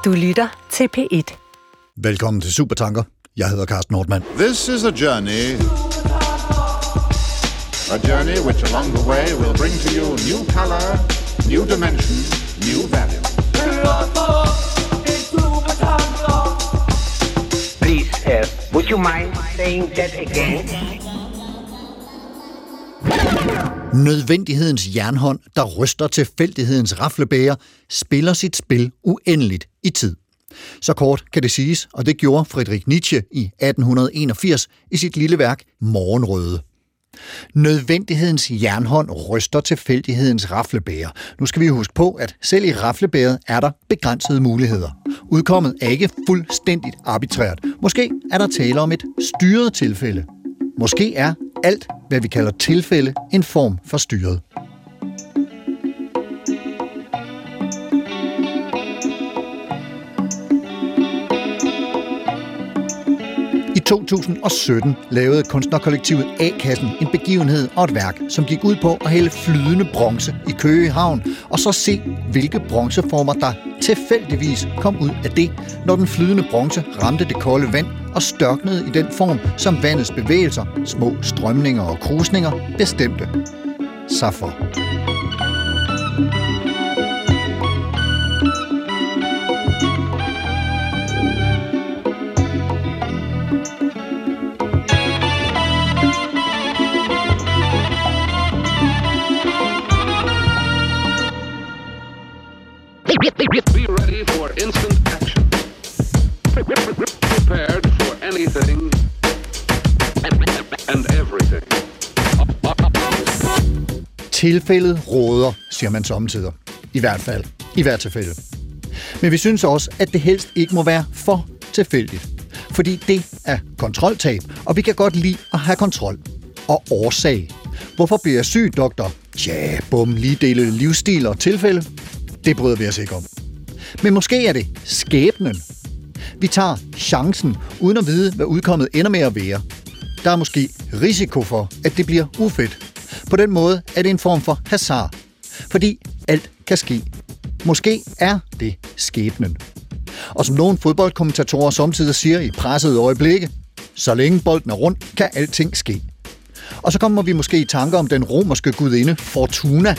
Du lytter til P1. Velkommen til Supertanker. Jeg hedder Carsten Nordmann. This is a journey which along the way will bring to you new color, new dimension, new value. Please, would you mind saying that again? Nødvendighedens jernhånd, der ryster tilfældighedens raflebæger, spiller sit spil uendeligt i tid. Så kort kan det siges, og det gjorde Friedrich Nietzsche i 1881 i sit lille værk Morgenrøde. Nødvendighedens jernhånd ryster tilfældighedens raflebæger. Nu skal vi huske på, at selv i raflebæret er der begrænsede muligheder. Udkommet er ikke fuldstændigt arbitrært. Måske er der tale om et styret tilfælde. Måske er alt, hvad vi kalder tilfælde, en form for styret. I 2017 lavede kunstnerkollektivet A-kassen en begivenhed og et værk, som gik ud på at hælde flydende bronze i Køge Havn, og så se, hvilke bronzeformer, der tilfældigvis kom ud af det, når den flydende bronze ramte det kolde vand og størknede i den form, som vandets bevægelser, små strømninger og krusninger, bestemte sig for. Be ready for instant action. Prepared for anything and everything. Tilfældet råder, siger man sommetider. I hvert fald. I hvert tilfælde. Men vi synes også, at det helst ikke må være for tilfældigt. Fordi det er kontroltab, og vi kan godt lide at have kontrol. Og årsag. Hvorfor bliver jeg syg, doktor? Tja, lige dele livsstil og tilfælde. Det bryder vi os ikke om. Men måske er det skæbnen. Vi tager chancen, uden at vide, hvad udkommet ender med at være. Der er måske risiko for, at det bliver ufedt. På den måde er det en form for hasard. Fordi alt kan ske. Måske er det skæbnen. Og som nogle fodboldkommentatorer samtidig siger i pressede øjeblikke, så længe bolden er rundt, kan alting ske. Og så kommer vi måske i tanker om den romerske gudinde Fortuna,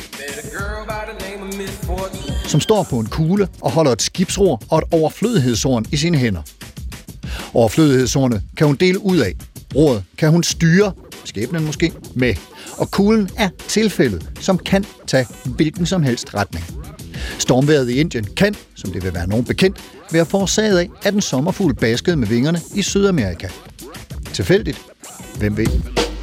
som står på en kugle og holder et skibsror og et overflødighedshorn i sine hænder. Overflødighedshornet kan hun dele ud af. Roret kan hun styre, skæbnen måske, med. Og kuglen er tilfældet, som kan tage hvilken som helst retning. Stormvejret i Indien kan, som det vil være nogen bekendt, være forårsaget af, at en sommerfugl baskede med vingerne i Sydamerika. Tilfældigt? Hvem ved?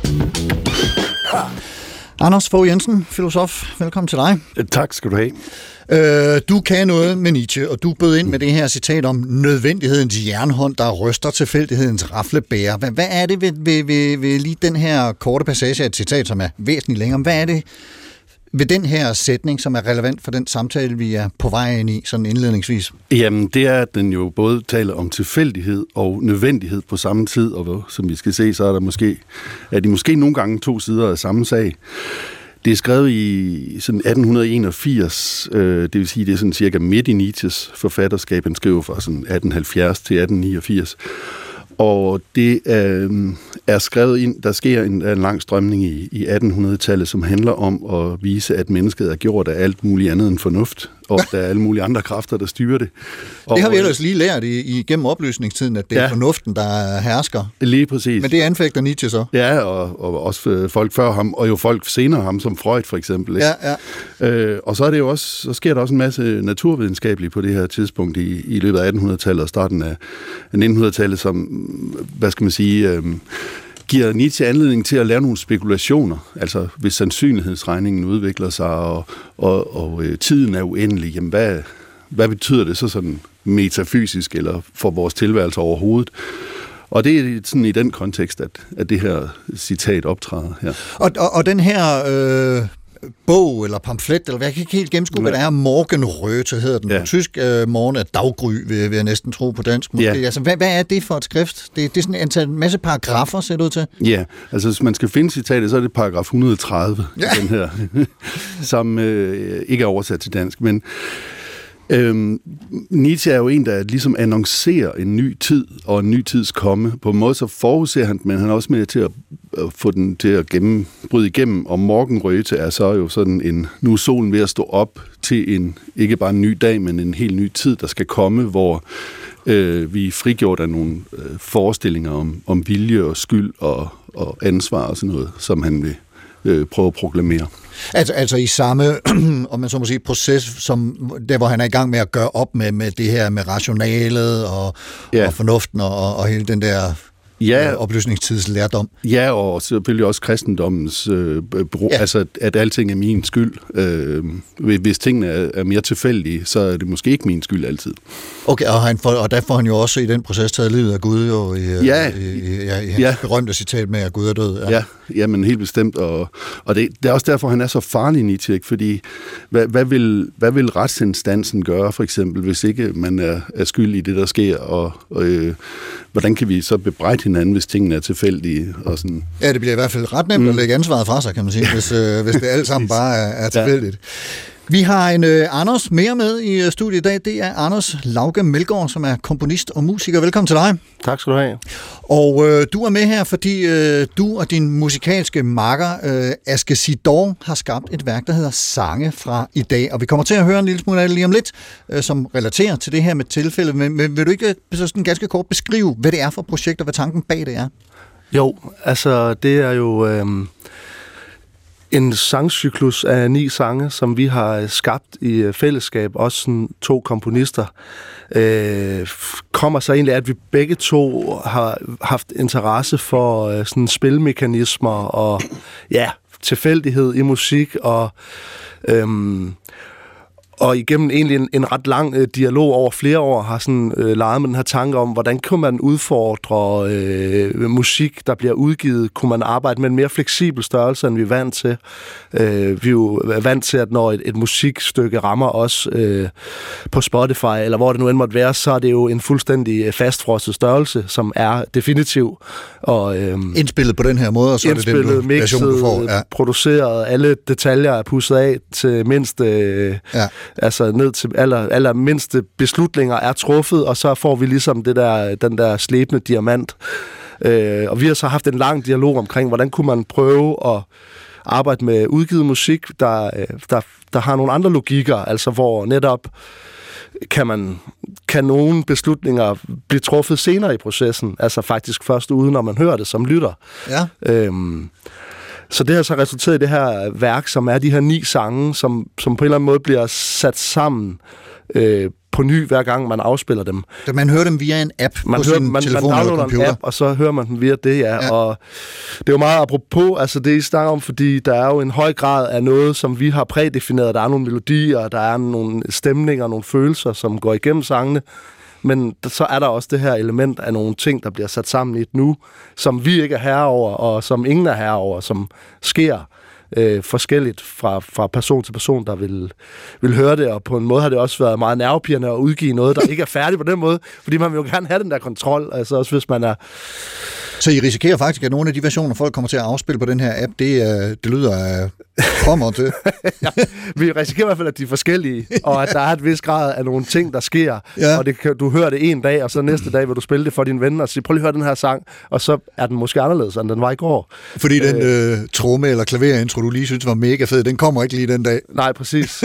Anders Fogh Jensen, filosof. Velkommen til dig. Tak skal du have. Du kan noget med Nietzsche, og du bød ind med det her citat om nødvendighedens jernhånd, der ryster tilfældighedens raflebæger. Hvad er det ved lige den her korte passage af et citat, som er væsentligt længere? Hvad er det ved den her sætning, som er relevant for den samtale, vi er på vej ind i, sådan indledningsvis? Jamen, det er, at den jo både taler om tilfældighed og nødvendighed på samme tid, og som vi skal se, så er de måske nogle gange to sider af samme sag. Det er skrevet i sådan 1881, det vil sige, det er sådan cirka midt i Nietzsches forfatterskab. Han skriver fra sådan 1870 til 1889. Og det er skrevet ind, der sker en lang strømning i 1800-tallet, som handler om at vise, at mennesket er gjort af alt muligt andet end fornuft, og der er alle mulige andre kræfter, der styrer det. Og det har vi ellers lige lært igennem oplysningstiden, at det er fornuften, der hersker. Lige præcis. Men det anfægter Nietzsche så. Ja, og også folk før ham, og jo folk senere ham, som Freud for eksempel. Ikke? Ja. Og så er det jo også, så sker der også en masse naturvidenskabeligt på det her tidspunkt i løbet af 1800-tallet og starten af 1900-tallet, som, hvad skal man sige, giver Nietzsche anledning til at lave nogle spekulationer. Altså, hvis sandsynlighedsregningen udvikler sig, og tiden er uendelig, jamen hvad betyder det så sådan metafysisk eller for vores tilværelse overhovedet? Og det er sådan i den kontekst, at det her citat optræder her. Og den her bog eller pamflet, eller jeg kan ikke helt gennemskue, hvad det er, Morgenröte hedder den. Ja. Tysk morgen er daggry, vil jeg næsten tro på dansk. Måske. Ja. Altså, hvad er det for et skrift? Det er sådan en masse paragrafer, ser det ud til? Ja, altså hvis man skal finde citatet, så er det paragraf 130, den her, som ikke er oversat til dansk. Men Nietzsche er jo en, der ligesom annoncerer en ny tid og en ny tids komme. På en måde så forudser han, men han er også med til at få den til at bryde igennem. Og Morgenröte er så jo sådan nu er solen ved at stå op til ikke bare en ny dag, men en helt ny tid, der skal komme, hvor vi er frigjort af nogle forestillinger om vilje og skyld og ansvar og sådan noget, som han vil prøve at proklamere. Altså i samme, om man så må sige, proces, som der, hvor han er i gang med at gøre op med det her med rationalet og fornuften og hele den der oplysningstidslærdom. Ja, og selvfølgelig også kristendommens altså at alting er min skyld. Hvis tingene er mere tilfældige, så er det måske ikke min skyld altid. Okay, og der får han jo også i den proces taget livet af Gud jo i hans berømte citat med, at Gud er død. Ja, men helt bestemt. Og det er også derfor, han er så farlig, Nietzsche, ikke? Fordi hvad vil retsinstansen gøre, for eksempel, hvis ikke man er skyld i det, der sker, og hvordan kan vi så bebrejde hinanden, hvis tingene er tilfældige? Og sådan. Ja, det bliver i hvert fald ret nemt at lægge ansvaret fra sig, kan man sige, hvis det alt sammen bare er tilfældigt. Vi har en Anders mere med i studiet i dag. Det er Anders Lauge Melgaard, som er komponist og musiker. Velkommen til dig. Tak skal du have. Og du er med her, fordi du og din musikalske makker, Aske Sidor, har skabt et værk, der hedder Sange fra i dag. Og vi kommer til at høre en lille smule af det lige om lidt, som relaterer til det her med tilfældet. Men vil du ikke sådan ganske kort beskrive, hvad det er for projekt, og hvad tanken bag det er? Jo, altså det er jo en sangcyklus af 9 sange, som vi har skabt i fællesskab, også sådan 2 komponister. Kommer så egentlig, at vi begge to har haft interesse for sådan spilmekanismer og tilfældighed i musik og igennem egentlig en ret lang dialog over flere år har sådan leget med den her tanke om, hvordan kan man udfordre musik, der bliver udgivet? Kunne man arbejde med en mere fleksibel størrelse, end vi er vant til? Vi er jo vant til, at når et musikstykke rammer os på Spotify, eller hvor det nu end måtte være, så er det jo en fuldstændig fastfrosset størrelse, som er definitiv. Og, indspillet på den her måde, og så er det den version, du får. Ja. Produceret, alle detaljer er pusset af til mindste... Altså ned til allermindste beslutninger er truffet, og så får vi ligesom den der slebende diamant. Og vi har så haft en lang dialog omkring, hvordan kunne man prøve at arbejde med udgivet musik, der har nogle andre logikker, altså hvor netop kan nogle beslutninger blive truffet senere i processen, altså faktisk først ude, når man hører det som lytter. Ja. Så det har så resulteret i det her værk, som er de her 9 sange, som på en eller anden måde bliver sat sammen på ny, hver gang man afspiller dem. Så man hører dem via en app på sin telefon eller computer? Man en app, og så hører man dem via det, ja. Og det er jo meget apropos, altså det I snakker om, fordi der er jo en høj grad af noget, som vi har prædefineret. Der er nogle melodier, der er nogle stemninger, nogle følelser, som går igennem sangene. Men så er der også det her element af nogle ting, der bliver sat sammen i et nu, som vi ikke er herre over, og som ingen er herre over, som sker forskelligt fra person til person, der vil høre det. Og på en måde har det også været meget nervepirrende at udgive noget, der ikke er færdigt på den måde, fordi man vil jo gerne have den der kontrol, altså også hvis man er... Så I risikerer faktisk, at nogle af de versioner, folk kommer til at afspille på den her app, det lyder kommer til. Ja, vi risikerer i hvert fald, at de er forskellige, og at der er et vis grad af nogle ting, der sker, og du hører det en dag, og så næste dag vil du spille det for dine venner og sige, prøv lige at høre den her sang, og så er den måske anderledes, end den var i går. Fordi den tromme- eller klaverintro, du lige synes var mega fed, den kommer ikke lige den dag. Nej, præcis.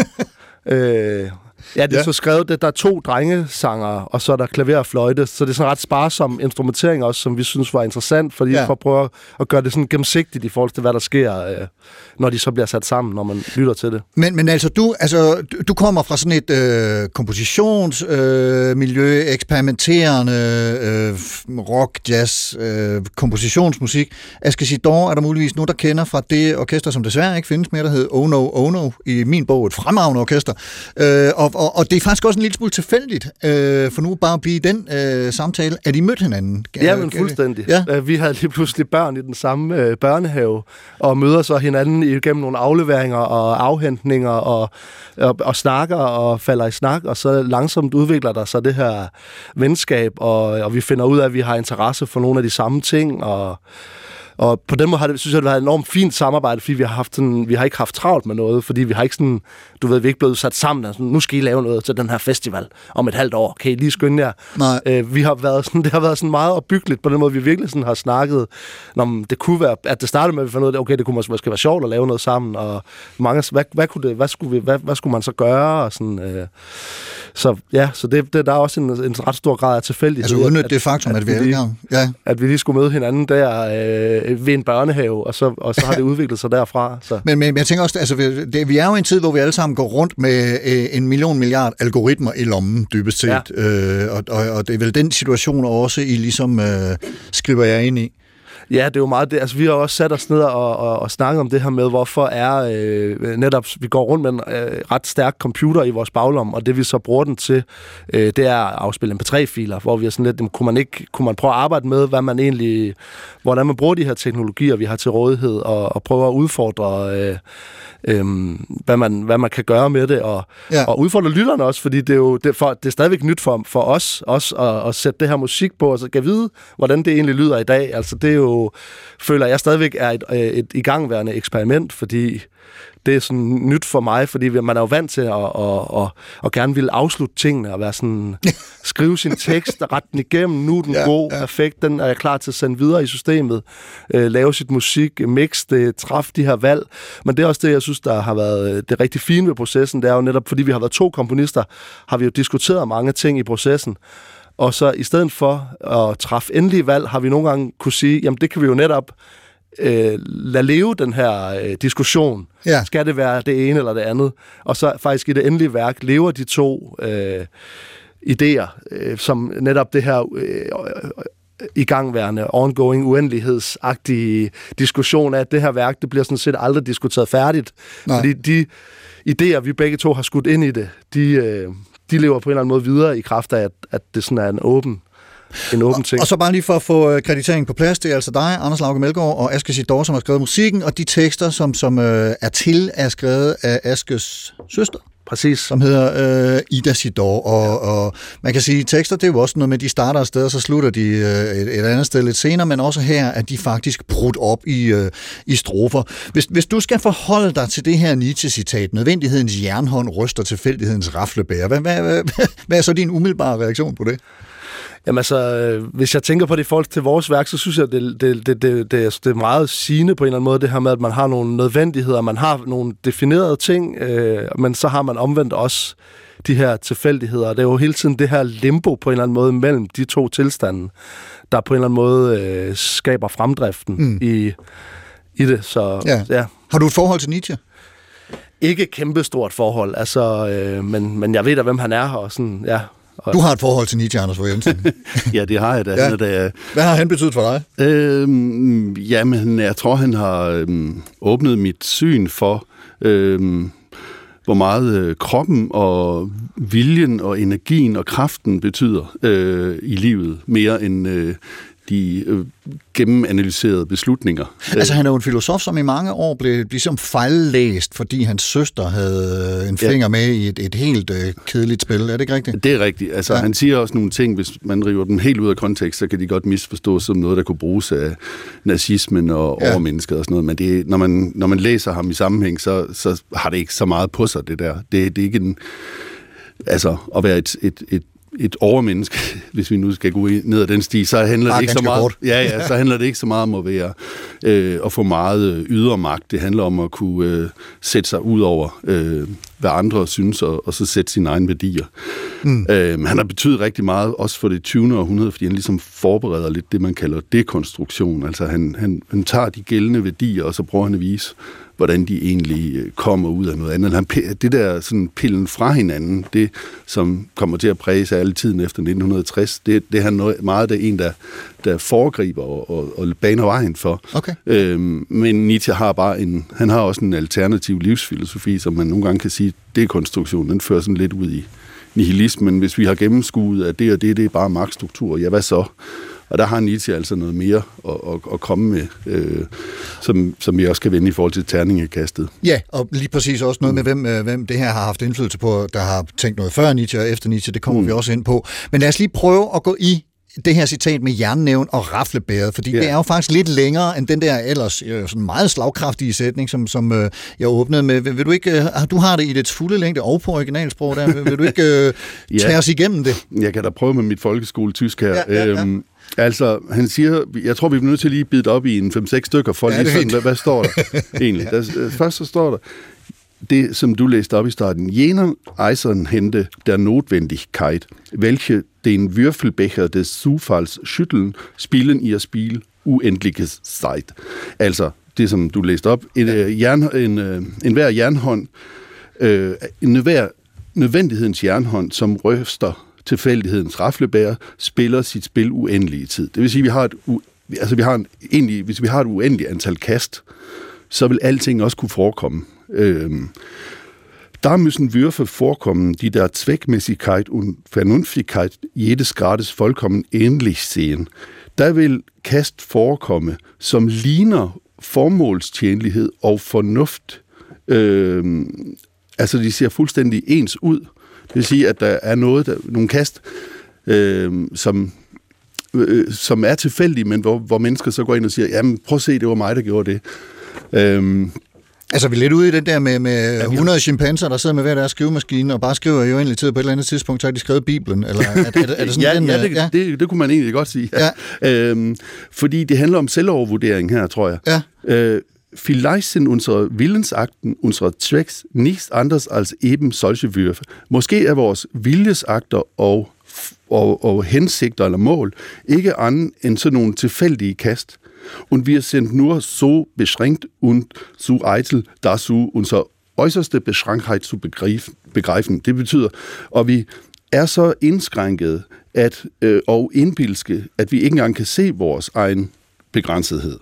Ja, det er så skrevet, der er 2 drengesanger, og så er der klaver og fløjte, så det er sådan ret sparsom instrumentering også, som vi synes var interessant, fordi for at prøve at gøre det sådan gennemsigtigt i forhold til, hvad der sker, når de så bliver sat sammen, når man lytter til det. Men altså, du kommer fra sådan et kompositionsmiljø, eksperimenterende rock, jazz, kompositionsmusik. Aske Sidor er der muligvis nogen, der kender fra det orkester, som desværre ikke findes mere, der hedder Oh No, Oh No, i min bog, et fremragende orkester. Og det er faktisk også en lille smule tilfældigt, for nu bare at blive den samtale, at I mødte hinanden. Ja, men fuldstændig. Ja. Vi havde lige pludselig børn i den samme børnehave, og møder så hinanden igennem nogle afleveringer og afhentninger, og snakker og falder i snak, og så langsomt udvikler der sig det her venskab, og vi finder ud af, at vi har interesse for nogle af de samme ting, Og på den måde synes jeg, det har været et enormt fint samarbejde, fordi vi har ikke haft travlt med noget, fordi vi har ikke sådan, vi er ikke blevet sat sammen, altså, nu skal I lave noget til den her festival om et halvt år, kan I lige skynde jer? Vi har været sådan, det har været sådan meget opbyggeligt på den måde, vi virkelig sådan har snakket, når det kunne være, at det startede med, at vi fandt ud af, okay, det kunne måske være sjovt at lave noget sammen, og mange, hvad skulle man så gøre, og sådan, så der er også en ret stor grad af tilfældighed. Altså udnytte det faktum, at vi er i gang. Ja. At vi lige skulle møde hinanden der ved en børnehave, og så har det udviklet sig derfra. Så. Men jeg tænker også, altså vi er jo i en tid, hvor vi alle sammen går rundt med 1 milliard algoritmer i lommen, dybest set. Ja. Og det er vel den situation også, I ligesom skriver jer ind i. Ja, det er jo meget det. Altså, vi har også sat os ned og snakket om det her med, hvorfor netop, vi går rundt med en ret stærk computer i vores baglomme, og det vi så bruger den til, det er at afspille MP3-filer, hvor vi er sådan lidt, kunne man prøve at arbejde med, hvordan man bruger de her teknologier, vi har til rådighed, og prøve at udfordre, hvad man kan gøre med det, og udfordre lytterne også, fordi det er stadigvæk nyt for os at sætte det her musik på, og så kan vide, hvordan det egentlig lyder i dag. Altså, det er jo, føler jeg stadigvæk er et igangværende eksperiment, fordi det er sådan nyt for mig, fordi man er jo vant til at gerne ville afslutte tingene, og være sådan, skrive sin tekst, rette den igennem, nu er den god, perfekt, den er jeg klar til at sende videre i systemet, lave sit musik, mix det, træffe de her valg. Men det er også det, jeg synes, der har været det rigtig fine ved processen, det er jo netop, fordi vi har været 2 komponister, har vi jo diskuteret mange ting i processen, og så i stedet for at træffe endelige valg, har vi nogle gange kunne sige, jamen det kan vi jo netop lade leve den her diskussion. Ja. Skal det være det ene eller det andet? Og så faktisk i det endelige værk lever de 2 idéer, som netop det her igangværende, ongoing, uendelighedsagtige diskussion af, at det her værk, det bliver sådan set aldrig diskuteret færdigt. Nej. Fordi de idéer, vi begge 2 har skudt ind i det, de lever på en eller anden måde videre i kraft af, at det sådan er en åben ting. Og så bare lige for at få kreditering på plads, det er altså dig, Anders Lauke Melgaard og Aske Sidor, som har skrevet musikken, og de tekster, som er skrevet af Askes søster. Præcis. Som hedder Ida Sidor, og man kan sige, tekster, det er jo også noget med, de starter et sted, og så slutter de et andet sted lidt senere, men også her er de faktisk brudt op i strofer. Hvis du skal forholde dig til det her Nietzsche-citat, nødvendighedens jernhånd ryster tilfældighedens raflebær, hvad er så din umiddelbare reaktion på det? Jamen altså, hvis jeg tænker på det i forhold til vores værk, så synes jeg, det er meget sigende på en eller anden måde, det her med, at man har nogle nødvendigheder, man har nogle definerede ting, men så har man omvendt også de her tilfældigheder. Det er jo hele tiden det her limbo på en eller anden måde mellem de 2 tilstande, der på en eller anden måde skaber fremdriften i det. Så, ja. Har du et forhold til Nietzsche? Ikke et kæmpestort forhold, altså, men jeg ved da, hvem han er, og sådan, ja. Du har et forhold til Nietzsche, Anders Fogh Jensen. Ja, det har jeg da. Ja. Hvad har han betydet for dig? Jamen, jeg tror, han har åbnet mit syn for, hvor meget kroppen og viljen og energien og kraften betyder i livet, mere end de gennemanalyserede beslutninger. Altså han er jo en filosof, som i mange år blev ligesom fejllæst, fordi hans søster havde en finger med i et helt kedeligt spil. Er det ikke rigtigt? Det er rigtigt. Altså han siger også nogle ting, hvis man river dem helt ud af kontekst, så kan de godt misforstås som noget, der kunne bruges af nazismen og overmennesket og sådan noget. Men det, når man læser ham i sammenhæng, så har det ikke så meget på sig, det der. Det er ikke en... Altså at være et overmenneske, hvis vi nu skal gå ned ad den sti, så handler det ikke så meget. Så handler det ikke så meget om at være at få meget ydermagt. Det handler om at kunne sætte sig ud over hvad andre synes og så sætte sine egne værdier. Han har betydet rigtig meget også for det 20. århundrede, fordi han ligesom forbereder lidt det man kalder dekonstruktion. Altså han tager de gældende værdier og så prøver han at vise hvordan de egentlig kommer ud af noget andet. Det der sådan pillen fra hinanden, det som kommer til at præge sig alle tiden efter 1960, det er meget det en, der foregriber og baner vejen for. Okay. Men Nietzsche har han har også en alternativ livsfilosofi, som man nogle gange kan sige, dekonstruktion, den fører sådan lidt ud i nihilismen. Hvis vi har gennemskuet, at det og det er bare magtstruktur, ja hvad så? Og der har Nietzsche altså noget mere at komme med, som vi også kan vende i forhold til terningekastet. Ja, og lige præcis også noget med, hvem det her har haft indflydelse på, der har tænkt noget før Nietzsche og efter Nietzsche, det kommer vi også ind på. Men lad os lige prøve at gå i det her citat med jernnæven og raflebæret, fordi det er jo faktisk lidt længere end den der ellers sådan meget slagkraftige sætning, som jeg åbnede med. Vil du ikke, du har det i dets fulde længde og på originalsprog der, vil du ikke tage os igennem det? Jeg kan da prøve med mit folkeskole-tysk her. Ja. Altså, han siger, jeg tror, vi er nødt til lige at bide det op i en 5-6 stykker, for lige sådan, hvad står der egentlig? Først så står der, det, som du læste op i starten, jener Eisenhände der Notwendigkeit, welche den Würfelbecher des Zufalls schütteln, spielen ihr Spiel uendliches Zeit. Altså, det som du læste op, en hver jernhånd, en hver nødvendighedens jernhånd, som ryster tilfældighedens raflebær, spiller sit spil uendelige tid. Det vil sige, hvis vi har et uendeligt antal kast, så vil alting også kunne forekomme. Da müssen Würfe vorkommen, die der Zweckmäßigkeit und Vernunftigkeit jedes Grades vollkommen ähnlich sehen. Der vil kast forekomme, som ligner formålstjenlighed og fornuft. Altså, de ser fuldstændig ens ud. Det vil sige, at der er nogle kast, som er tilfældige, men hvor mennesker så går ind og siger, jamen, prøv at se, det var mig, der gjorde det. Altså, vi er lidt ude i den der med 100 chimpanser, der sidder med hver deres skrivemaskine, og bare skriver jo egentlig tid på et eller andet tidspunkt, så har de skrevet Bibelen, eller er det sådan det kunne man egentlig godt sige. Ja. Fordi det handler om selvovervurdering her, tror jeg. Ja. Vielleicht sind unsere Willensakten, unsere Zwecks nichts anders als eben solche Würfe. Måske er vores viljesakter og hensigter eller mål ikke andet end sådan nogle tilfældige kast. Und wir sind nur so beschränkt und so eitel, dazu unser äußerste Beschränktheit zu begreifen. Det betyder, og vi er så indskrænket og indbilske, at vi ikke engang kan se vores egen begrænsethed.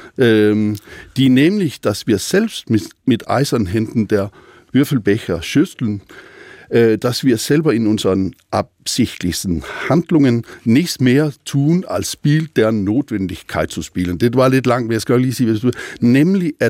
Die nämlich, dass wir selbst mit Eisenhänden der Würfelbecher schütteln, dass wir selber in unseren absichtlichen Handlungen nichts mehr tun, als Spiel der Notwendigkeit zu spielen. Det var lidt langt, men jeg skal lige sige, nemlig at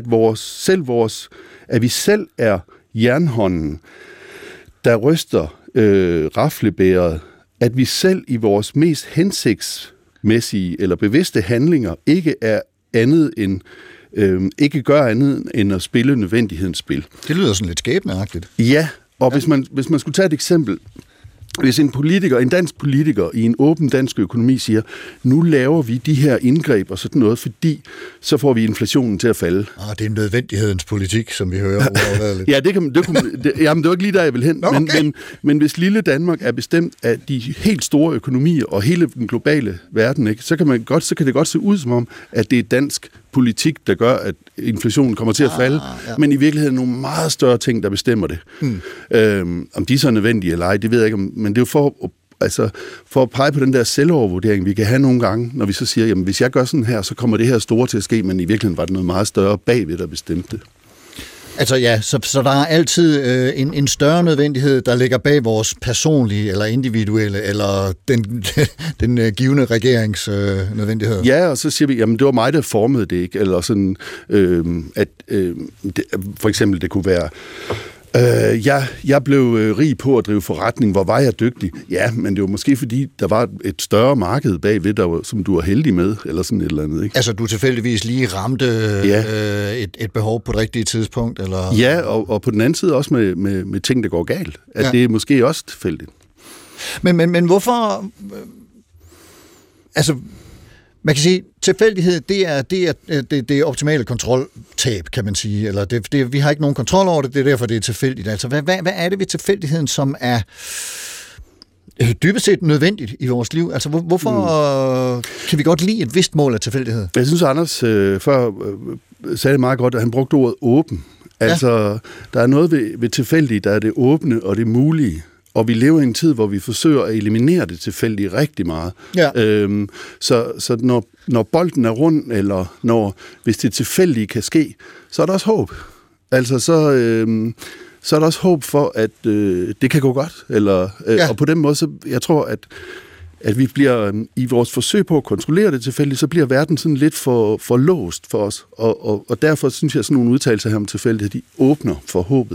vi selv er jernhånden, der ryster raflebæret, at vi selv i vores mest hensigtsmæssige eller bevidste handlinger ikke er andet end ikke gør andet end at spille nødvendighedens spil. Det lyder sådan lidt skæbneagtigt. Ja, og hvis man skulle tage et eksempel, hvis en dansk politiker i en åben dansk økonomi siger, nu laver vi de her indgreb og sådan noget, fordi så får vi inflationen til at falde. Det er nødvendighedens politik, som vi hører uafladeligt. Ja, det var ikke lige der, jeg vil hen. Okay. Men hvis lille Danmark er bestemt af de helt store økonomier og hele den globale verden, ikke, så kan det godt se ud som om, at det er dansk politik, der gør, at inflationen kommer til at falde, men i virkeligheden nogle meget større ting, der bestemmer det. Om de så er nødvendige eller ej, det ved jeg ikke, men det er jo for at pege på den der selvovervurdering, vi kan have nogle gange, når vi så siger, jamen hvis jeg gør sådan her, så kommer det her store til at ske, men i virkeligheden var det noget meget større bagved, der bestemte det. Altså ja, så der er altid en større nødvendighed, der ligger bag vores personlige eller individuelle, eller den givne regerings nødvendighed. Ja, og så siger vi, jamen det var mig, der formede det, ikke? Eller sådan, for eksempel det kunne være, jeg blev rig på at drive forretning, hvor var jeg dygtig? Ja, men det var måske fordi, der var et større marked bagved, som du var heldig med, eller sådan et eller andet, ikke? Altså, du tilfældigvis lige ramte et behov på det rigtige tidspunkt, eller? Ja, og på den anden side også med ting, der går galt. At det er måske også tilfældigt. Men hvorfor? Altså, man kan sige, tilfældighed, det er optimale kontroltab, kan man sige. Eller vi har ikke nogen kontrol over det er derfor, det er tilfældigt. Altså, hvad er det ved tilfældigheden, som er dybest set nødvendigt i vores liv? Altså, hvorfor kan vi godt lide et vist mål af tilfældighed? Jeg synes, Anders før sagde det meget godt, at han brugte ordet åben. Altså, der er noget ved tilfældigt, der er det åbne og det mulige. Og vi lever i en tid, hvor vi forsøger at eliminere det tilfældige rigtig meget. Ja. Så når bolden er rund, eller hvis det tilfældige kan ske, så er der også håb. Altså, så er der også håb for, at det kan gå godt. Og på den måde, så jeg tror, at vi bliver i vores forsøg på at kontrollere det tilfældigt, så bliver verden sådan lidt for låst for os. Og derfor synes jeg, at sådan nogle udtalelser her om tilfældighed, de åbner for håbet.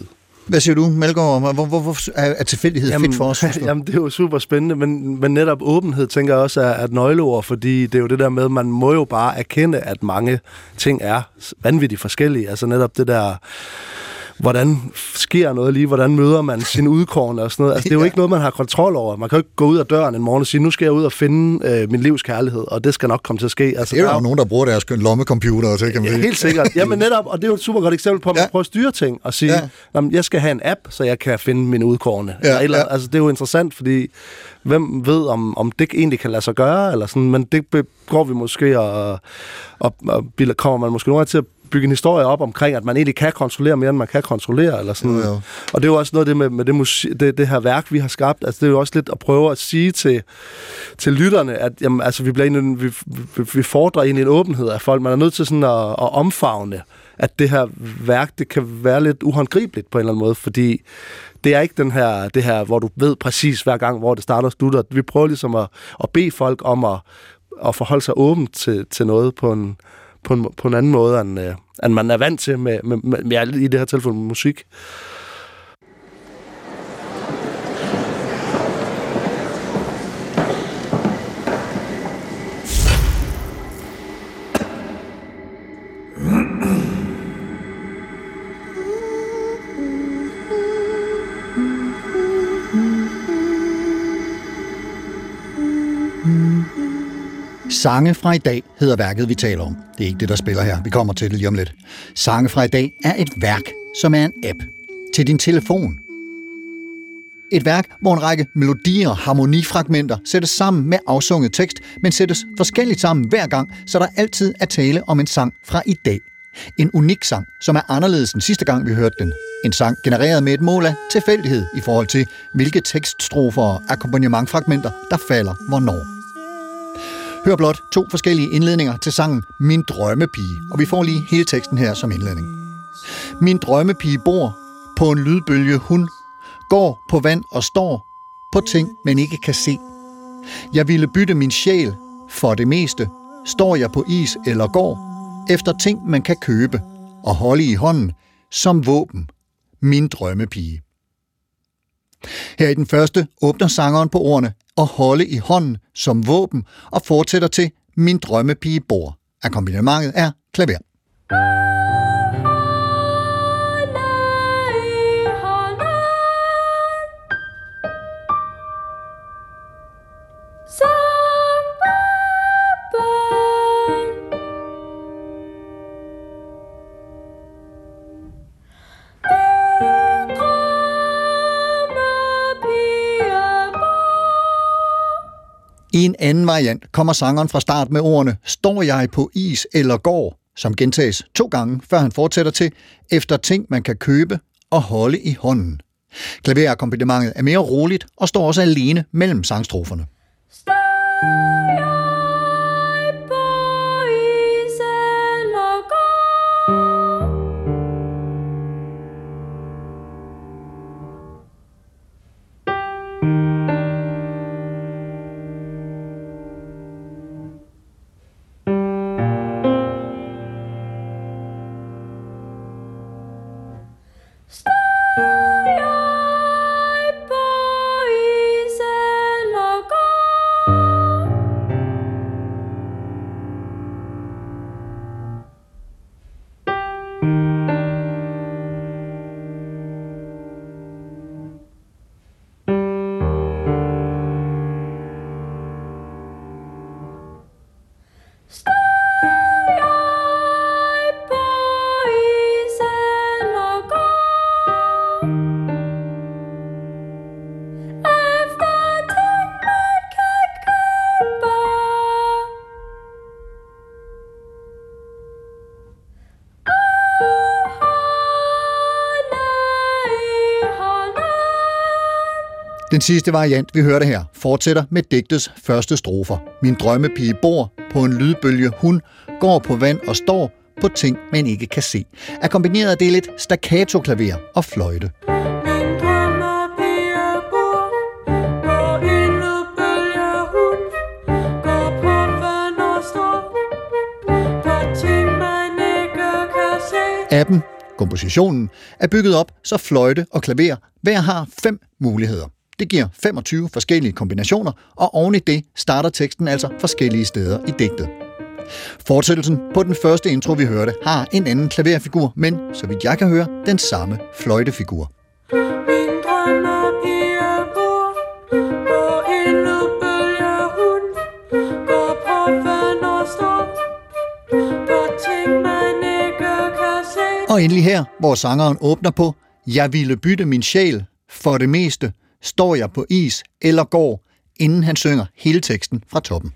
Hvad siger du, Melgaard? Hvorfor er tilfældighed fedt for os? Jamen, det er jo super spændende, men netop åbenhed, tænker jeg også, er et nøgleord, fordi det er jo det der med, at man må jo bare erkende, at mange ting er vanvittigt forskellige. Altså netop det der, hvordan sker noget lige, hvordan møder man sin udkårne og sådan noget. Altså det er jo ikke noget, man har kontrol over. Man kan jo ikke gå ud af døren en morgen og sige, nu skal jeg ud og finde min livs kærlighed, og det skal nok komme til at ske. Altså, det er jo nogen, der bruger deres lommecomputer til, kan man sige. Helt sikkert. Jamen netop, og det er jo et super godt eksempel på, at man prøver at styre ting og sige, jeg skal have en app, så jeg kan finde min udkårne. Altså det er jo interessant, fordi hvem ved, om det egentlig kan lade sig gøre, eller sådan, men det går vi måske, og kommer man måske nogle gange til at bygge en historie op omkring, at man egentlig kan kontrollere mere, end man kan kontrollere, eller sådan. Ja. Og det er jo også noget af det med det her værk, vi har skabt. Altså, det er jo også lidt at prøve at sige til lytterne, at jamen, altså, vi fordrer egentlig en åbenhed af folk. Man er nødt til sådan at omfavne, at det her værk, det kan være lidt uhåndgribeligt på en eller anden måde, fordi det er ikke det her, hvor du ved præcis hver gang, hvor det starter og slutter. Vi prøver ligesom at bede folk om at forholde sig åbent til noget på en anden måde, end man er vant til med i det her tilfælde med musik. Sange fra i dag hedder værket, vi taler om. Det er ikke det, der spiller her. Vi kommer til det lige om lidt. Sange fra i dag er et værk, som er en app til din telefon. Et værk, hvor en række melodier og harmonifragmenter sættes sammen med afsunget tekst, men sættes forskelligt sammen hver gang, så der altid er tale om en sang fra i dag. En unik sang, som er anderledes end sidste gang, vi hørte den. En sang genereret med et mål af tilfældighed i forhold til, hvilke tekststrofer og akkompagnementfragmenter, der falder hvornår. Hør blot 2 forskellige indledninger til sangen Min drømmepige, og vi får lige hele teksten her som indledning. Min drømmepige bor på en lydbølge, hun går på vand og står på ting, man ikke kan se. Jeg ville bytte min sjæl for det meste. Står jeg på is eller går efter ting, man kan købe og holde i hånden som våben. Min drømmepige. Her i den første åbner sangeren på ordene og holde i hånden som våben og fortsætter til Min drømmepige bor. Akkompagnementet er klaver. I en anden variant kommer sangeren fra start med ordene står jeg på is eller går, som gentages 2 gange, før han fortsætter til efter ting, man kan købe og holde i hånden. Klaverakkompagnementet er mere roligt og står også alene mellem sangstroferne. Den sidste variant, vi hørte her, fortsætter med digtets første strofer. Min drømmepige bor på en lydbølge, hun går på vand og står på ting, man ikke kan se. Akkompagneret af det lidt staccato-klaver og fløjte. Appen Kompositionen er bygget op, så fløjte og klaver hver har 5 muligheder. Det giver 25 forskellige kombinationer, og oven i det starter teksten altså forskellige steder i digtet. Fortsættelsen på den første intro, vi hørte, har en anden klaverfigur, men, så vidt jeg kan høre, den samme fløjtefigur. Min drømmepiger bor på en lydbølgehund, går på vand og står på ting, man ikke kan se. Og endelig her, hvor sangeren åbner på, jeg ville bytte min sjæl, for det meste står jeg på is eller går, inden han synger hele teksten fra toppen.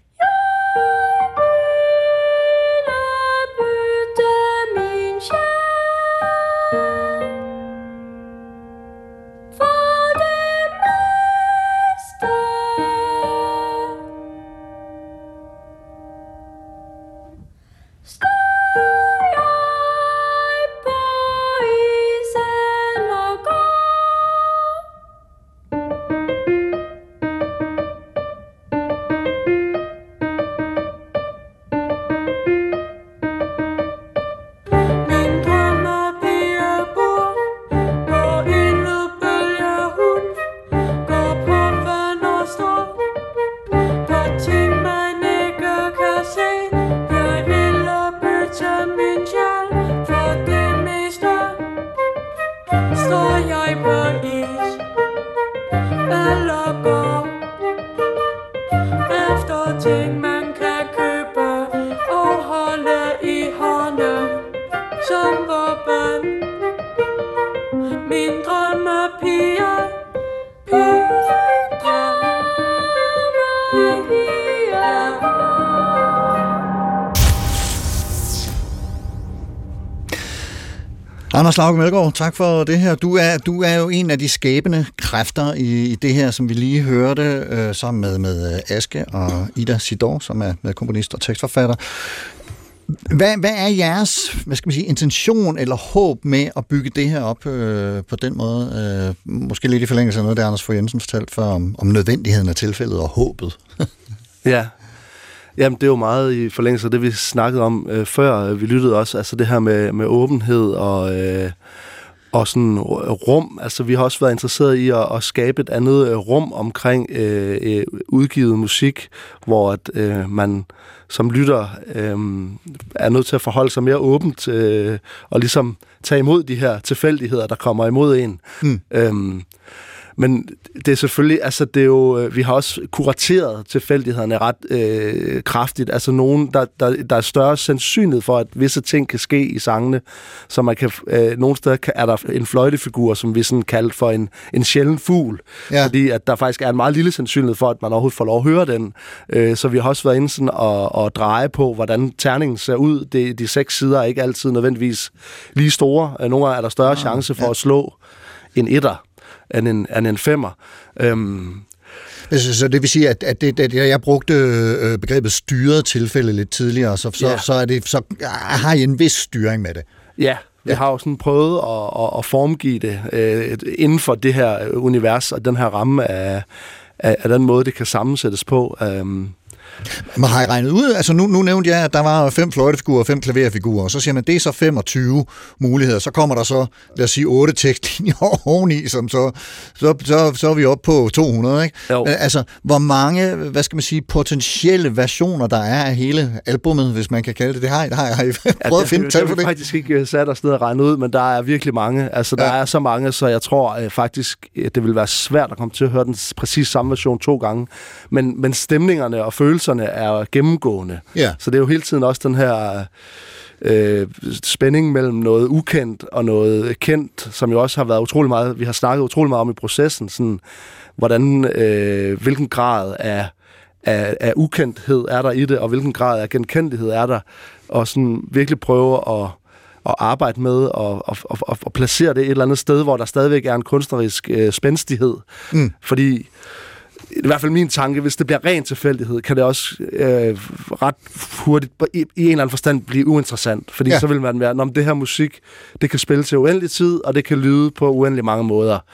Anders Lauke Melgaard, tak for det her. Du er jo en af de skabende kræfter i det her, som vi lige hørte, sammen med Aske og Ida Sidor, som er medkomponist og tekstforfatter. Hvad er jeres, intention eller håb med at bygge det her op på den måde? Måske lidt i forlængelse af noget, der Anders Fogh Jensen fortalte før om nødvendigheden af tilfældet og håbet. Ja. Jamen, det er jo meget i forlængelse af det, vi snakkede om før. Vi lyttede også, altså det her med åbenhed og sådan rum. Altså, vi har også været interesseret i at skabe et andet rum omkring udgivet musik, hvor at man som lytter er nødt til at forholde sig mere åbent og ligesom tage imod de her tilfældigheder, der kommer imod en. Men det er selvfølgelig, altså det er jo, vi har også kurateret tilfældighederne ret kraftigt. Altså nogen, der er større sandsynlighed for, at visse ting kan ske i sangene, så man kan, nogle steder er der en fløjtefigur, som vi sådan kaldt for en sjælden fugl. Ja. Fordi at der faktisk er en meget lille sandsynlighed for, at man overhovedet får lov at høre den. Så vi har også været inde sådan og dreje på, hvordan terningen ser ud. De 6 sider er ikke altid nødvendigvis lige store. Nogle gange er der større chance for at slå en etter end en 5'er. Så det vil sige, at det jeg brugte begrebet styret tilfælde lidt tidligere, så har I en vis styring med det. Ja, vi har jo sådan prøvet at formgive det inden for det her univers og den her ramme af den måde, det kan sammensættes på. Man har I regnet ud, altså nu nævnte jeg, at der var 5 fløjtefigurer og 5 klaverfigurer, og så siger man, det er så 25 muligheder, så kommer der så, lad os sige, 8 tekstlinjer oveni, som så er vi oppe på 200, ikke? Jo. Altså, hvor mange, potentielle versioner der er af hele albummet, hvis man kan kalde det, det har jeg prøvet at finde tal for det. Det har faktisk ikke sat os ned og regnet ud, men der er virkelig mange, altså der er så mange, så jeg tror faktisk, det vil være svært at komme til at høre den præcis samme version 2 gange, men stemningerne og følelserne er gennemgående. Yeah. Så det er jo hele tiden også den her spænding mellem noget ukendt og noget kendt, som jo også har været utrolig meget, vi har snakket utrolig meget om i processen, sådan, hvordan, hvilken grad af ukendthed er der i det, og hvilken grad af genkendelighed er der, og sådan virkelig prøve at arbejde med og placere det et eller andet sted, hvor der stadigvæk er en kunstnerisk spændstighed. Fordi i hvert fald min tanke, hvis det bliver ren tilfældighed, kan det også ret hurtigt i en eller anden forstand blive uinteressant. Fordi så vil man være, det her musik, det kan spille til uendelig tid, og det kan lyde på uendelig mange måder.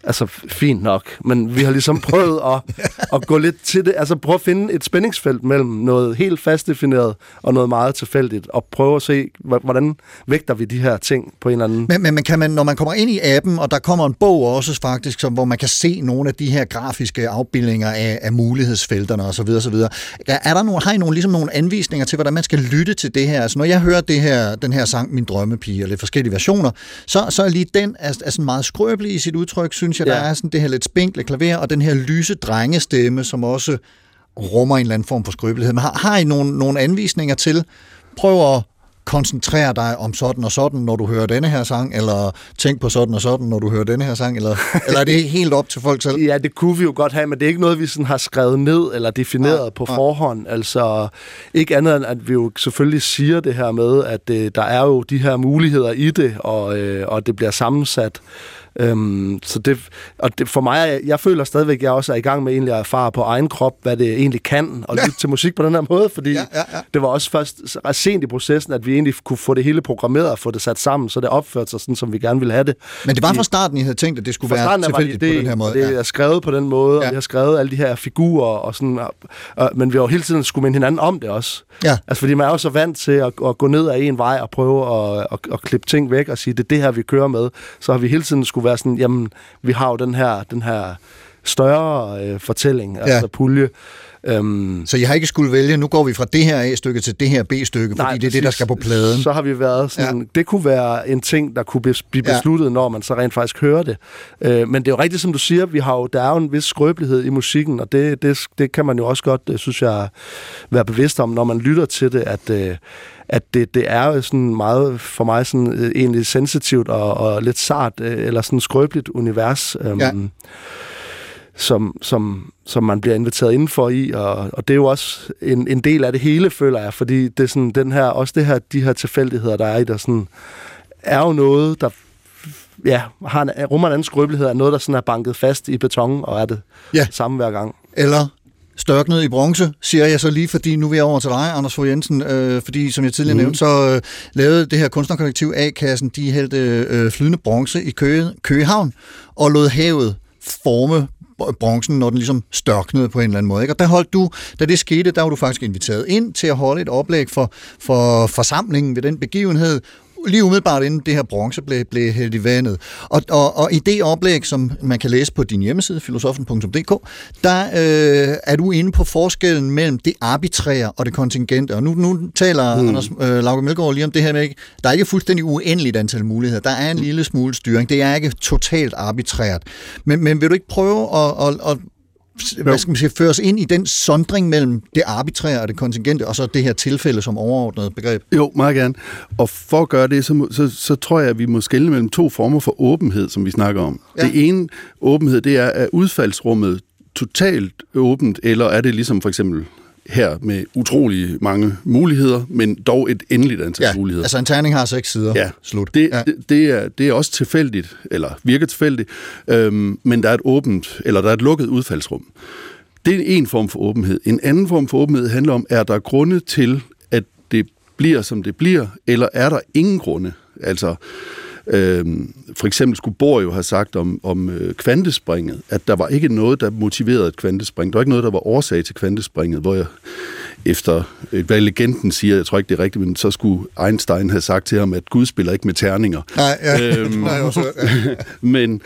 altså fint nok, men vi har ligesom prøvet at gå lidt til det, altså prøve at finde et spændingsfelt mellem noget helt fastdefineret og noget meget tilfældigt, og prøve at se, hvordan vægter vi de her ting på en eller anden... Men kan man, når man kommer ind i appen, og der kommer en bog også faktisk, hvor man kan se nogle af de her grafiske afbildninger af mulighedsfelterne osv., har I nogle anvisninger til, hvordan man skal lytte til det her? Altså når jeg hører den her sang, Min Drømmepige, og lidt forskellige versioner, så er lige den er sådan meget skrøbelig i sit udtryk, synes jeg. Der er sådan det her lidt spinkle klaver, og den her lyse drengestemme, som også rummer en eller anden form for skrøbelighed. Men har I nogle anvisninger til? Prøv at koncentrere dig om sådan og sådan, når du hører denne her sang, eller tænk på sådan og sådan, når du hører denne her sang, eller er det helt op til folk selv? Ja, det kunne vi jo godt have, men det er ikke noget, vi sådan har skrevet ned eller defineret på forhånd. Altså ikke andet end, at vi jo selvfølgelig siger det her med, at der er jo de her muligheder i det, og det bliver sammensat. Så det for mig, jeg føler stadigvæk, at jeg også er i gang med egentlig at erfare på egen krop, hvad det egentlig kan at lytte til musik på den her måde, fordi det var også først sent i processen, at vi egentlig kunne få det hele programmeret og få det sat sammen, så det opførte sig sådan, som vi gerne ville have det. Men det var fra starten, I havde tænkt, at det skulle være tilfældigt på den her måde? Det er skrevet på den måde, og vi har skrevet alle de her figurer, og sådan, men vi har jo hele tiden skulle minde hinanden om det også. Ja. Altså fordi man er jo så vant til at gå ned ad en vej og prøve at klippe ting væk og sige, det er det her, vi kører med. Så har vi hele tiden skulle være sådan, jamen, vi har jo den her større fortælling, altså pulje. Så jeg har ikke skulle vælge, nu går vi fra det her A-stykke til det her B-stykke, fordi det er det, der skal på pladen. Så har vi været sådan, det kunne være en ting, der kunne blive besluttet, når man så rent faktisk hører det. Men det er jo rigtigt, som du siger, der er jo en vis skrøbelighed i musikken, og det kan man jo også godt, synes jeg, være bevidst om, når man lytter til det, at det er jo sådan meget, for mig sådan egentlig sensitivt og lidt sart, eller sådan skrøbeligt univers, som man bliver inviteret indenfor i, og det er jo også en del af det hele, føler jeg, fordi det er sådan de her tilfældigheder, der er i der sådan, er jo noget, der rummer en anden skrøbelighed, af noget, der sådan er banket fast i beton, og er det samme hver gang. Eller størknet i bronze, siger jeg så lige, fordi nu vil jeg over til dig, Anders Fogh Jensen, fordi som jeg tidligere nævnte, så lavede det her kunstnerkollektiv A-kassen, de hældte flydende bronze i Køge Havn, og lod havet forme bronzen, når den ligesom størknede på en eller anden måde. Ikke? Og der holdt du, da det skete, der var du faktisk inviteret ind til at holde et oplæg for forsamlingen ved den begivenhed, lige umiddelbart inden det her bronze blev hældt i vandet. Og i det oplæg, som man kan læse på din hjemmeside, filosofen.dk, der er du inde på forskellen mellem det arbitrære og det kontingente. Og nu taler Anders Lauke Melgaard lige om det her med, ikke? Der er ikke fuldstændig uendeligt antal muligheder. Der er en lille smule styring. Det er ikke totalt arbitrært. Men vil du ikke prøve at hvad skal man sige, føre os ind i den sondring mellem det arbitrære og det kontingente, og så det her tilfælde som overordnet begreb? Jo, meget gerne. Og for at gøre det, så tror jeg, at vi må skelne mellem to former for åbenhed, som vi snakker om. Ja. Det ene åbenhed, det er udfaldsrummet totalt åbent, eller er det ligesom for eksempel her med utrolig mange muligheder, men dog et endeligt antal muligheder. Altså en terning har 6 sider. Ja, slut. Det er også tilfældigt, eller virker tilfældigt, men der er et åbent, eller der er et lukket udfaldsrum. Det er en form for åbenhed. En anden form for åbenhed handler om, er der grunde til, at det bliver, som det bliver, eller er der ingen grunde? Altså, for eksempel skulle Bohr jo have sagt om kvantespringet, at der var ikke noget, der motiverede et kvantespring. Der var ikke noget, der var årsag til kvantespringet, hvor jeg efter, hvad legenden siger, jeg tror ikke det er rigtigt, men så skulle Einstein have sagt til ham, at Gud spiller ikke med terninger. Men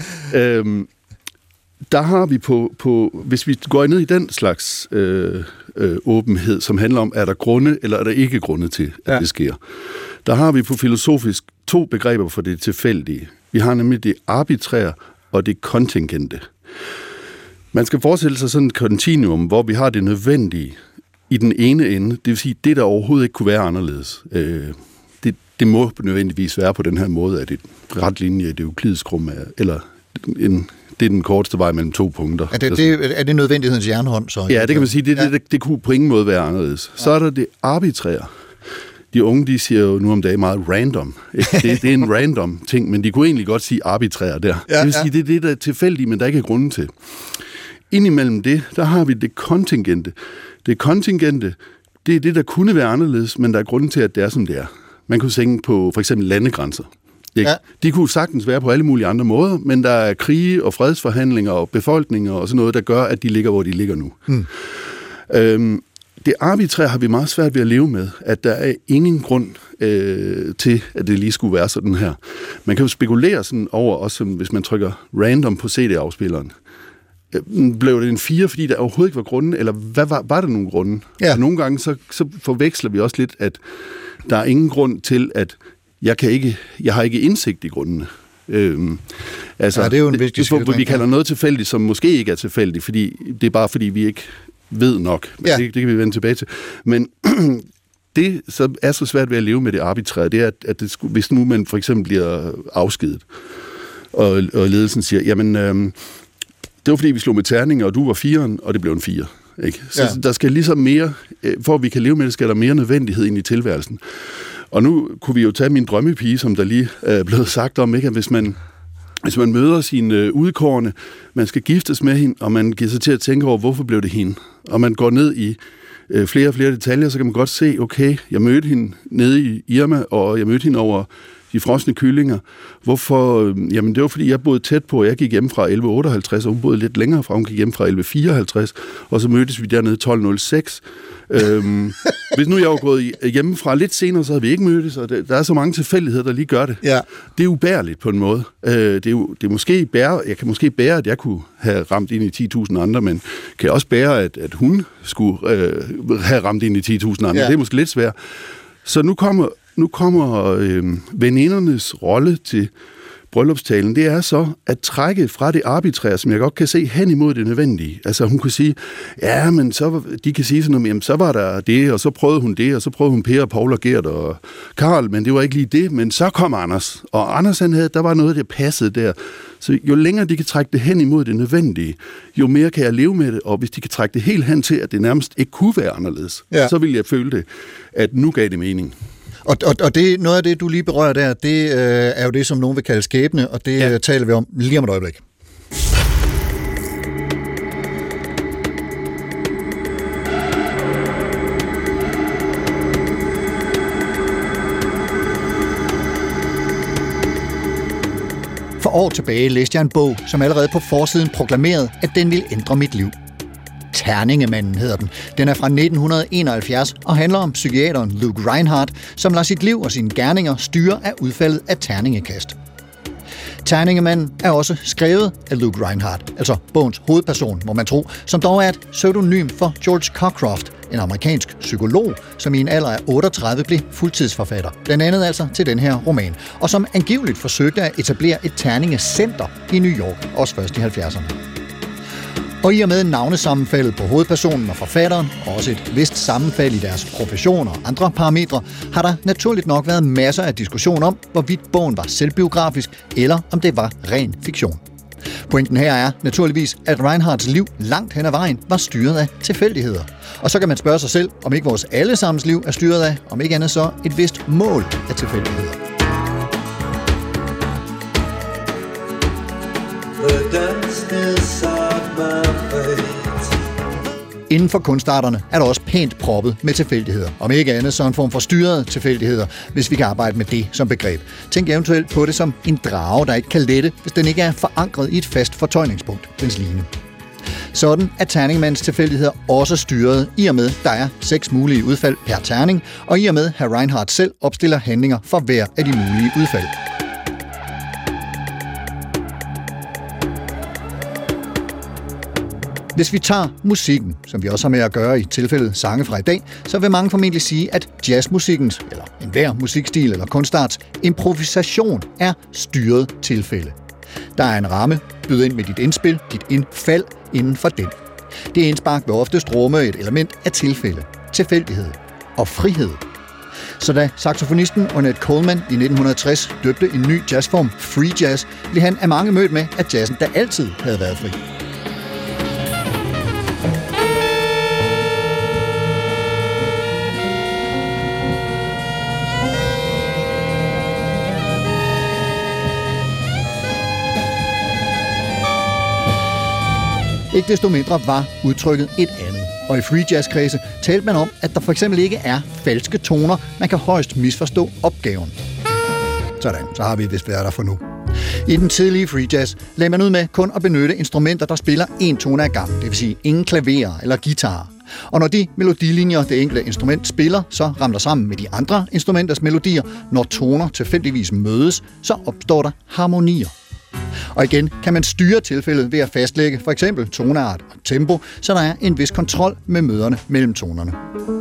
der har vi på hvis vi går ned i den slags åbenhed, som handler om, er der grunde, eller er der ikke grunde til, at det sker. Der har vi på filosofisk 2 begreber for det tilfældige. Vi har nemlig det arbitrære og det kontingente. Man skal forestille sig sådan et kontinuum, hvor vi har det nødvendige i den ene ende, det vil sige, det der overhovedet ikke kunne være anderledes. Det må nødvendigvis være på den her måde, at et ret linje i det euklidiske rum eller det er den korteste vej mellem 2 punkter. Er det nødvendighedens jernhånd? Så? Ja, det kan man sige. Det kunne på ingen måde være anderledes. Så er der det arbitrære. De unge, de siger jo nu om dagen meget random. Det er en random ting, men de kunne egentlig godt sige arbitrære der. Det vil sige, det er det, der er tilfældigt, men der ikke er grunden til. Indimellem det, der har vi det kontingente. Det kontingente, det er det, der kunne være anderledes, men der er grunden til, at det er, som det er. Man kunne tænke på for eksempel landegrænser. Ikke? Ja. De kunne sagtens være på alle mulige andre måder, men der er krige og fredsforhandlinger og befolkninger og sådan noget, der gør, at de ligger, hvor de ligger nu. Det arbitrære har vi meget svært ved at leve med, at der er ingen grund til, at det lige skulle være sådan her. Man kan jo spekulere sådan over, også hvis man trykker random på CD-afspilleren. Blev det en 4, fordi der overhovedet ikke var grunden, eller hvad var der nogle grunde? Ja. Og nogle gange så forveksler vi også lidt, at der er ingen grund til, at jeg har ikke indsigt i grundene. Altså, ja, det er jo en vigtig vi kalder noget tilfældigt, som måske ikke er tilfældigt, fordi det er bare fordi, vi ikke ved nok. Ja. Det kan vi vende tilbage til. Men det så er så svært ved at leve med det arbitrære, det er, at det, hvis nu man for eksempel bliver afskedet, og ledelsen siger, jamen, det var fordi, vi slog med terninger, og du var 4'eren, og det blev en 4. Ikke? Så der skal ligesom mere, for at vi kan leve med det, skal der mere nødvendighed ind i tilværelsen. Og nu kunne vi jo tage min drømmepige, som der lige er blevet sagt om, ikke? At hvis man møder sine udkårne, man skal giftes med hende, og man giver sig til at tænke over, hvorfor blev det hende? Og man går ned i flere og flere detaljer, så kan man godt se, okay, jeg mødte hende nede i Irma, og jeg mødte hende over de frosne kyllinger. Hvorfor? Jamen, det var, fordi jeg boede tæt på, jeg gik hjem fra 1158, og hun boede lidt længere fra, hun gik hjem fra 1154, og så mødtes vi dernede 1206. Hvis nu jeg var gået hjemmefra lidt senere, så havde vi ikke mødtes, og der er så mange tilfældigheder, der lige gør det. Ja. Det er ubærligt på en måde. Det er måske jeg kan måske bære, at jeg kunne have ramt ind i 10.000 andre, men kan også bære, at hun skulle have ramt ind i 10.000 andre. Ja. Det er måske lidt svært. Så nu kommer venindernes rolle til bryllupstalen, det er så at trække fra det arbitrære, som jeg godt kan se, hen imod det nødvendige. Altså hun kunne sige, ja, men så de kan sige sådan noget, jamen så var der det, og så prøvede hun det, og så prøvede hun Per, Paul og Gert og Karl, men det var ikke lige det, men så kom Anders. Og Anders, der var noget, der passede der. Så jo længere de kan trække det hen imod det nødvendige, jo mere kan jeg leve med det, og hvis de kan trække det helt hen til, at det nærmest ikke kunne være anderledes, så vil jeg føle det, at nu gav det mening. Og det, noget af det, du lige berører der, det er jo det, som nogen vil kalde skæbne, og det taler vi om lige om et øjeblik. For år tilbage læste jeg en bog, som allerede på forsiden proklamerede, at den ville ændre mit liv. Terningemanden hedder den. Den er fra 1971 og handler om psykiateren Luke Reinhardt, som lader sit liv og sine gerninger styre af udfaldet af terningekast. Terningemanden er også skrevet af Luke Reinhardt, altså bogens hovedperson, må man tro, som dog er et pseudonym for George Cockcroft, en amerikansk psykolog, som i en alder af 38 blev fuldtidsforfatter, blandt andet altså til den her roman, og som angiveligt forsøgte at etablere et terningecenter i New York, også først i 70'erne. Og i og med navnesammenfaldet på hovedpersonen og forfatteren, og også et vist sammenfald i deres profession og andre parametre, har der naturligt nok været masser af diskussion om, hvorvidt bogen var selvbiografisk, eller om det var ren fiktion. Pointen her er naturligvis, at Reinhardts liv langt hen ad vejen var styret af tilfældigheder. Og så kan man spørge sig selv, om ikke vores allesammens liv er styret af, om ikke andet så et vist mål af tilfældigheder. Inden for kunstarterne er der også pænt proppet med tilfældigheder. Om ikke andet så en form for styrede tilfældigheder, hvis vi kan arbejde med det som begreb. Tænk eventuelt på det som en drage, der ikke kan lette, hvis den ikke er forankret i et fast fortøjningspunkt, dens line. Sådan er terningemandens tilfældigheder også styret, i og med der er 6 mulige udfald per terning, og i og med hr. Reinhardt selv opstiller handlinger for hver af de mulige udfald. Hvis vi tager musikken, som vi også har med at gøre i tilfældet sange fra i dag, så vil mange formentlig sige, at jazzmusikkens, eller enhver musikstil eller kunstarts, improvisation er styret tilfælde. Der er en ramme, byd ind med dit indspil, dit indfald inden for den. Det indspark vil oftest rumme et element af tilfælde, tilfældighed og frihed. Så da saxofonisten Ornette Coleman i 1960 døbte en ny jazzform free jazz, blev han af mange mødt med, at jazzen da altid havde været fri. Ikke desto mindre var udtrykket et andet. Og i free jazz-kredse talte man om, at der for eksempel ikke er falske toner, man kan højst misforstå opgaven. Sådan, så har vi vist været der for nu. I den tidlige free jazz lagde man ud med kun at benytte instrumenter, der spiller en tone ad gangen, det vil sige ingen klaverer eller guitar. Og når de melodilinjer, det enkelte instrument spiller, så ramler sammen med de andre instrumenters melodier, når toner tilfældigvis mødes, så opstår der harmonier. Og igen kan man styre tilfældet ved at fastlægge for eksempel toneart og tempo, så der er en vis kontrol med møderne mellem tonerne.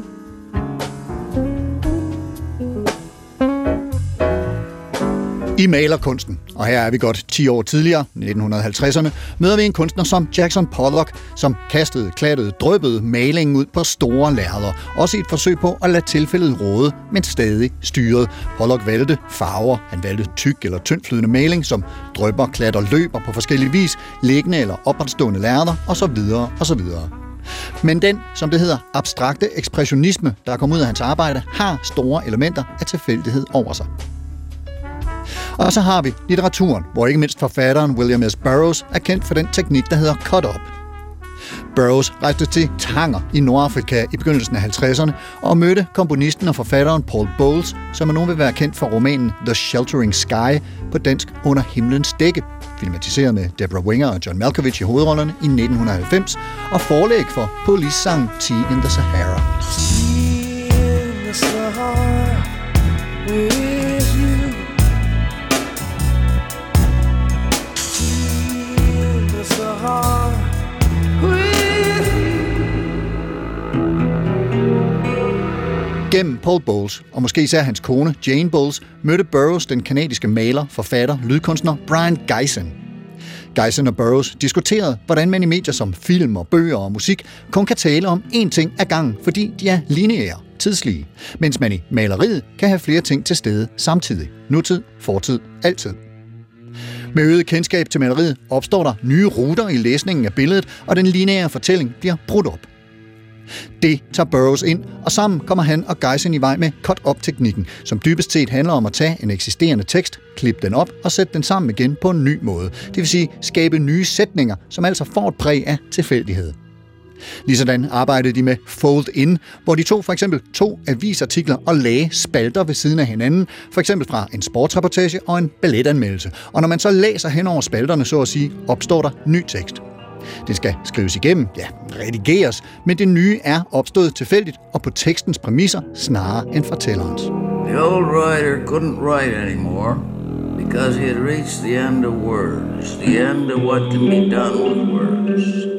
I malerkunsten, og her er vi godt 10 år tidligere, 1950'erne, møder vi en kunstner som Jackson Pollock, som kastede, klattede, dryppede malingen ud på store lærreder, også i et forsøg på at lade tilfældet råde, men stadig styret. Pollock valgte farver, han valgte tyk eller tyndflydende maling, som drypper, klatter, løber på forskellige vis, liggende eller opretstående lærreder, osv. osv. Men den, som det hedder, abstrakte ekspressionisme, der er kommet ud af hans arbejde, har store elementer af tilfældighed over sig. Og så har vi litteraturen, hvor ikke mindst forfatteren William S. Burroughs er kendt for den teknik, der hedder cut-up. Burroughs rejste til Tanger i Nordafrika i begyndelsen af 50'erne og mødte komponisten og forfatteren Paul Bowles, som nu vil være kendt for romanen The Sheltering Sky, på dansk Under himlens dække, filmatiseret med Deborah Winger og John Malkovich i hovedrollerne i 1990, og forlæg for Police-sangen Tea in the Sahara. Tea in the Sahara, where is you? Tea in the Sahara, Gennem Paul Bowles, og måske især hans kone Jane Bowles, mødte Burroughs den kanadiske maler, forfatter, lydkunstner Brian Gysin. Gysin og Burroughs diskuterede, hvordan man i medier som film og bøger og musik kun kan tale om én ting ad gangen, fordi de er lineære, tidslige, mens man i maleriet kan have flere ting til stede samtidig. Nutid, fortid, altid. Med øget kendskab til maleriet opstår der nye ruter i læsningen af billedet, og den lineære fortælling bliver brudt op. Det tager Burroughs ind, og sammen kommer han og Gysin i vej med cut-up-teknikken, som dybest set handler om at tage en eksisterende tekst, klippe den op og sætte den sammen igen på en ny måde. Det vil sige skabe nye sætninger, som altså får et præg af tilfældighed. Ligesådan arbejdede de med fold-in, hvor de tog for eksempel 2 avisartikler og lagde spalter ved siden af hinanden, for eksempel fra en sportsreportage og en balletanmeldelse. Og når man så læser hen over spalterne, så at sige, opstår der ny tekst. Det skal skrives igennem, ja, redigeres, men det nye er opstået tilfældigt og på tekstens præmisser snarere end fortællerens. The old writer couldn't write anymore because he had reached the end of words, the end of what can be done with words.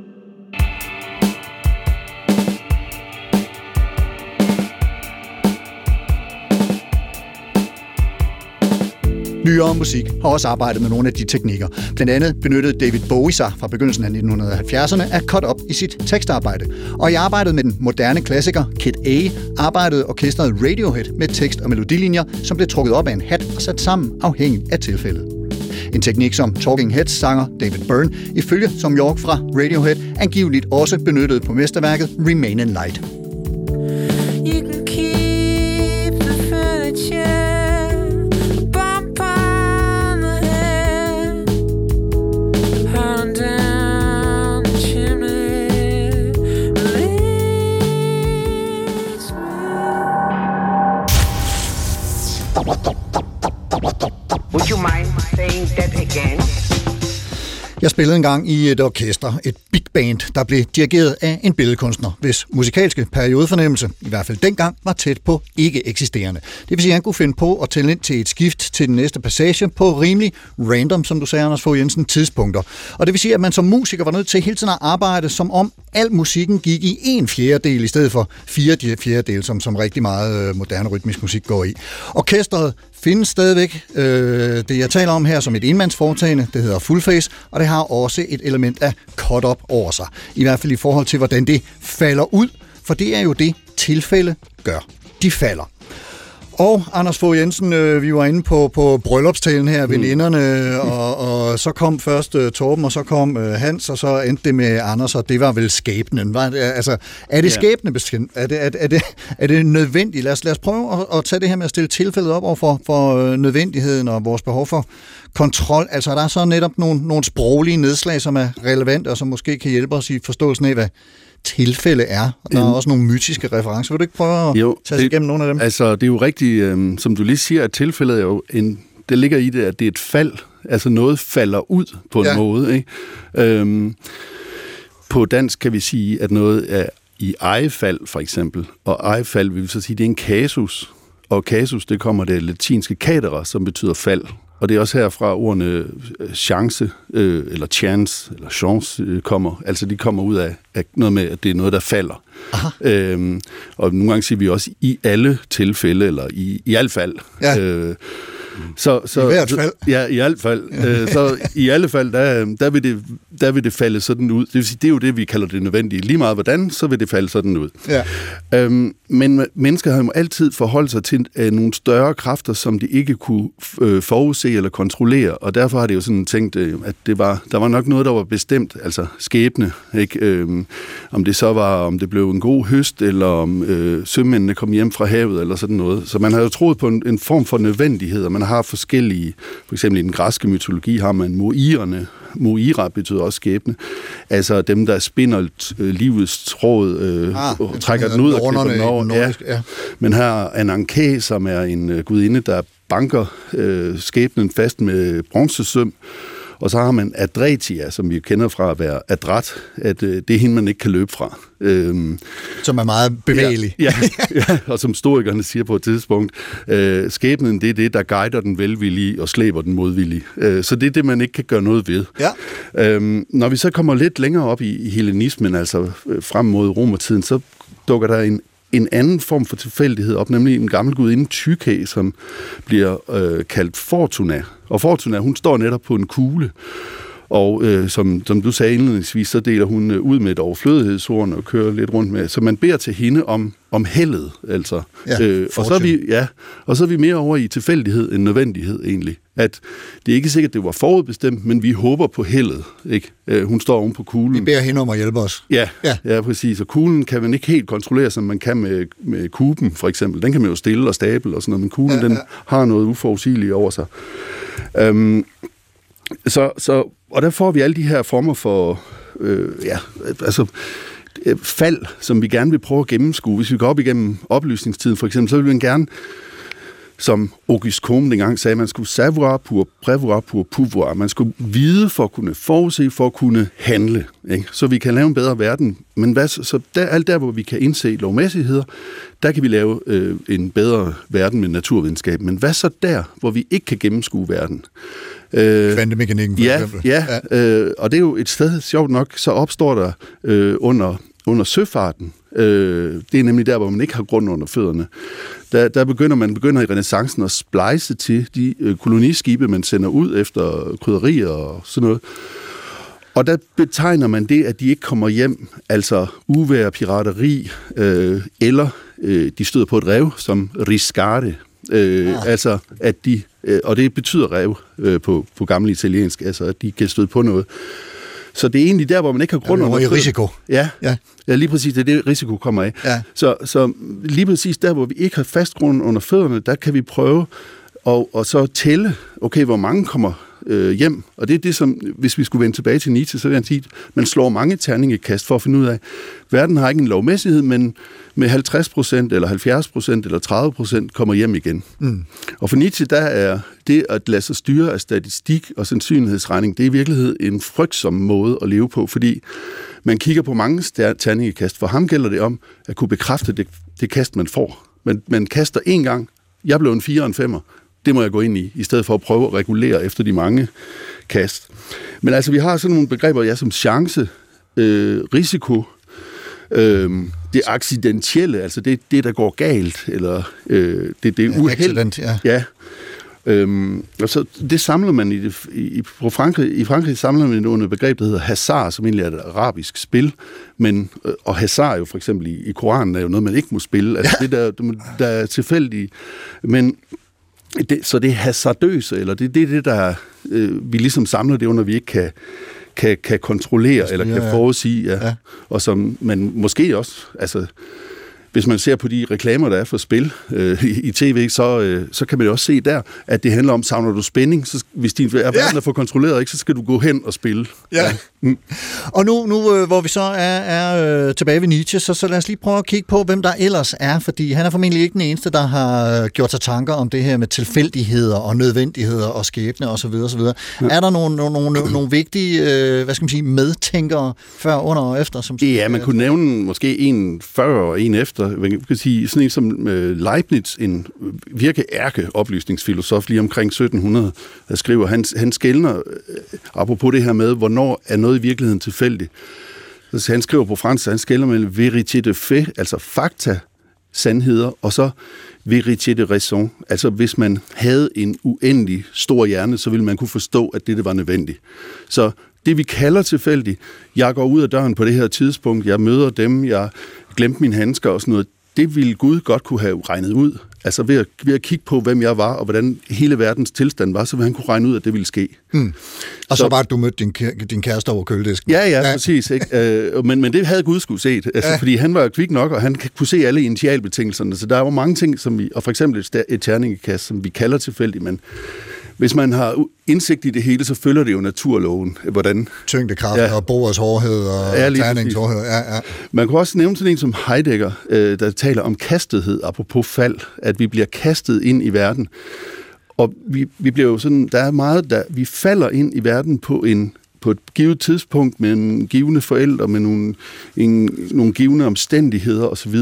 Nyere musik har også arbejdet med nogle af de teknikker. Blandt andet benyttede David Bowie sig fra begyndelsen af 1970'erne af cut-up i sit tekstarbejde. Og i arbejdet med den moderne klassiker Kid A arbejdede orkestret Radiohead med tekst- og melodilinjer, som blev trukket op af en hat og sat sammen afhængigt af tilfældet. En teknik, som Talking Heads sanger David Byrne ifølge Tom York fra Radiohead angiveligt også benyttede på mesterværket Remain in Light. Would you mind saying that again? Jeg spillede engang i et orkester, et big band, der blev dirigeret af en billedkunstner, hvis musikalske periodefornemmelse, i hvert fald dengang, var tæt på ikke eksisterende. Det vil sige, at han kunne finde på at tælle ind til et skift til den næste passage på rimelig random, som du sagde, Anders Fogh Jensen, tidspunkter. Og det vil sige, at man som musiker var nødt til hele tiden at arbejde, som om al musikken gik i 1/4 i stedet for 4/4, som rigtig meget moderne rytmisk musik går i. Orkestret findes stadigvæk. Det, jeg taler om her, som et enmandsforetagende, det hedder fullface, og det har også et element af cut-up over sig. I hvert fald i forhold til, hvordan det falder ud, for det er jo det, tilfælde gør. De falder. Og Anders Fogh Jensen, vi var inde på bryllupstalen her, veninderne, og så kom først Torben, og så kom Hans, og så endte det med Anders, og det var vel skæbnen. Altså, er det skæbnebestemt? Er det nødvendigt? Lad os prøve at tage det her med at stille tilfældet op over for nødvendigheden og vores behov for kontrol. Altså, der er så netop nogle sproglige nedslag, som er relevante, og som måske kan hjælpe os i forståelsen af, hvad tilfælde er. Der er også nogle mytiske referencer. Vil du ikke prøve at tage sig igennem nogle af dem? Altså, det er jo rigtigt, som du lige siger, at tilfældet er jo det ligger i det, at det er et fald. Altså noget falder ud på en måde. Ikke? På dansk kan vi sige, at noget er i ejefald, for eksempel. Og ejefald vil vi så sige, det er en kasus. Og kasus, det kommer det latinske catere, som betyder fald. Og det er også herfra ordene chance, eller chance, eller chance kommer. Altså de kommer ud af noget med, at det er noget, der falder. Og nogle gange siger vi også i alle tilfælde, eller i alt fald. Ja. Så, i hvert fald. Ja, i alt fald. Så i alle fald, der vil det falde sådan ud. Det vil sige, det er jo det, vi kalder det nødvendige. Lige meget hvordan, så vil det falde sådan ud. Ja. Men mennesker har jo altid forholdt sig til nogle større kræfter, som de ikke kunne forudse eller kontrollere, og derfor har det jo sådan tænkt, at der var nok noget, der var bestemt, altså skæbne, ikke? Om det så var, om det blev en god høst, eller om sømændene kom hjem fra havet, eller sådan noget. Så man har jo troet på en form for nødvendighed, og man har forskellige, for eksempel i den græske mytologi har man moirerne. Moira betyder også skæbne. Altså dem, der spinder livets tråd, og trækker den ud og klipper den over. Ja. Men her er Ananke, som er en gudinde, der banker skæbnen fast med bronzesøm. Og så har man Adretia, som vi kender fra at være adræt, at det er hende, man ikke kan løbe fra. Som er meget bevægelig. Ja, og som historikerne siger på et tidspunkt, skæbnen, det er det, der guider den velvillige og slæber den modvillige. Så det er det, man ikke kan gøre noget ved. Ja. Når vi så kommer lidt længere op i hellenismen, altså frem mod romertiden, så dukker der en anden form for tilfældighed op, nemlig en gammel gudinde Tyche, som bliver kaldt Fortuna. Og Fortuna, hun står netop på en kugle, og som du sagde indledningsvis, så deler hun ud med et overflødighedshorn og kører lidt rundt med. Så man beder til hende om heldet, altså. Ja, og så er vi mere over i tilfældighed end nødvendighed, egentlig. At det er ikke sikkert, det var forudbestemt, men vi håber på heldet, ikke? Hun står oven på kuglen. Vi beder hende om at hjælpe os. Ja, præcis. Og kuglen kan man ikke helt kontrollere, som man kan med kuben, for eksempel. Den kan man jo stille og stable og sådan noget, men kuglen, den har noget uforudsigeligt over sig. Og der får vi alle de her former for fald, som vi gerne vil prøve at gennemskue. Hvis vi går op igennem oplysningstiden, for eksempel, så vil vi gerne, som Auguste Comte engang sagde, man skulle savoir pour prévoir pour pouvoir. Man skulle vide for at kunne forudse, for at kunne handle. Ikke? Så vi kan lave en bedre verden. Men alt der, hvor vi kan indse lovmæssigheder, der kan vi lave en bedre verden med naturvidenskab. Men hvad så der, hvor vi ikke kan gennemskue verden? Kvantemekanikken for eksempel. Ja. Og det er jo et sted, sjovt nok, så opstår der under søfarten. Det er nemlig der, hvor man ikke har grund under fødderne. Der begynder i renæssancen at splice til de koloniskibe, man sender ud efter krydderier og sådan noget. Og der betegner man det, at de ikke kommer hjem, altså uvejr, pirateri, eller de støder på et rev, som riscare. Altså, at de, og det betyder rev på gammel italiensk, altså at de kan støde på noget. Så det er egentlig der, hvor man ikke har grund under fødderne. Risiko. Ja, lige præcis, det er det, risiko kommer af. Ja. Så lige præcis der, hvor vi ikke har fast grund under fødderne, der kan vi prøve og så tælle, okay, hvor mange kommer hjem. Og det er det, som, hvis vi skulle vende tilbage til Nietzsche, så vil jeg sige, man slår mange terningekast for at finde ud af, verden har ikke en lovmæssighed, men med 50% eller 70% eller 30% kommer hjem igen. Mm. Og for Nietzsche, der er det at lade sig styre af statistik og sandsynlighedsregning, det er i virkeligheden en frygtsom måde at leve på, fordi man kigger på mange terningekast. For ham gælder det om at kunne bekræfte det kast, man får. Man kaster en gang, jeg blev en 4 og en 5'er, det må jeg gå ind i stedet for at prøve at regulere efter de mange kast. Men altså, vi har sådan nogle begreber, som chance, risiko, det accidentielle, altså det, der går galt, eller det uheld. Ja. Og så det samler man i Frankrig samler man under et begreb, der hedder hasard, som egentlig er et arabisk spil, men og hasard jo for eksempel i Koranen er jo noget, man ikke må spille, altså det der er tilfældigt, men så det er hasardøse, eller det der vi ligesom samler det under, vi ikke kan kontrollere eller kan forudsige, ja. Og som man måske også, altså hvis man ser på de reklamer, der er for spil i tv, så kan man jo også se der, at det handler om, savner du spænding, så hvis din verden er for kontrolleret, ikke, så skal du gå hen og spille. Ja. Og nu hvor vi så er tilbage ved Nietzsche, så lad os lige prøve at kigge på, hvem der ellers er, fordi han er formentlig ikke den eneste, der har gjort sig tanker om det her med tilfældigheder og nødvendigheder og skæbne osv. osv. Ja. Er der nogle vigtige, hvad skal man sige, medtænkere før, under og efter? Som ja, man kunne nævne måske en før og en efter. Man kan sige sådan en som Leibniz, en virkelig ærkeoplysningsfilosof lige omkring 1700, der skriver, han skelner, apropos det her med, hvornår er noget i virkeligheden tilfældigt. Så han skriver på fransk, han skelner mellem vérité de fait, altså fakta, sandheder, og så vérité de raison. Altså hvis man havde en uendelig stor hjerne, så ville man kunne forstå, at det var nødvendigt. Så det vi kalder tilfældigt, jeg går ud af døren på det her tidspunkt, jeg møder dem, jeg glemte mine handsker og sådan noget, det ville Gud godt kunne have regnet ud. Altså ved at kigge på, hvem jeg var, og hvordan hele verdens tilstand var, så ville han kunne regne ud, at det ville ske. Og så bare, at du mødte din kæreste over køledisken. Ja, præcis. Ikke? Men det havde Gud skulle set, altså, fordi han var kvik nok, og han kunne se alle initialbetingelserne. Så der var mange ting, som vi, og for eksempel et terningekast, som vi kalder tilfældigt, men hvis man har indsigt i det hele, så følger det jo naturloven. Hvordan tyngdekraft og bordets hårdhed og terningens hårdhed. Ja. Man kan også nævne sådan en som Heidegger, der taler om kastethed, apropos fald, at vi bliver kastet ind i verden. Og vi bliver jo sådan, der er meget, der vi falder ind i verden på et givet tidspunkt med en givende forældre, med nogle givende omstændigheder osv.,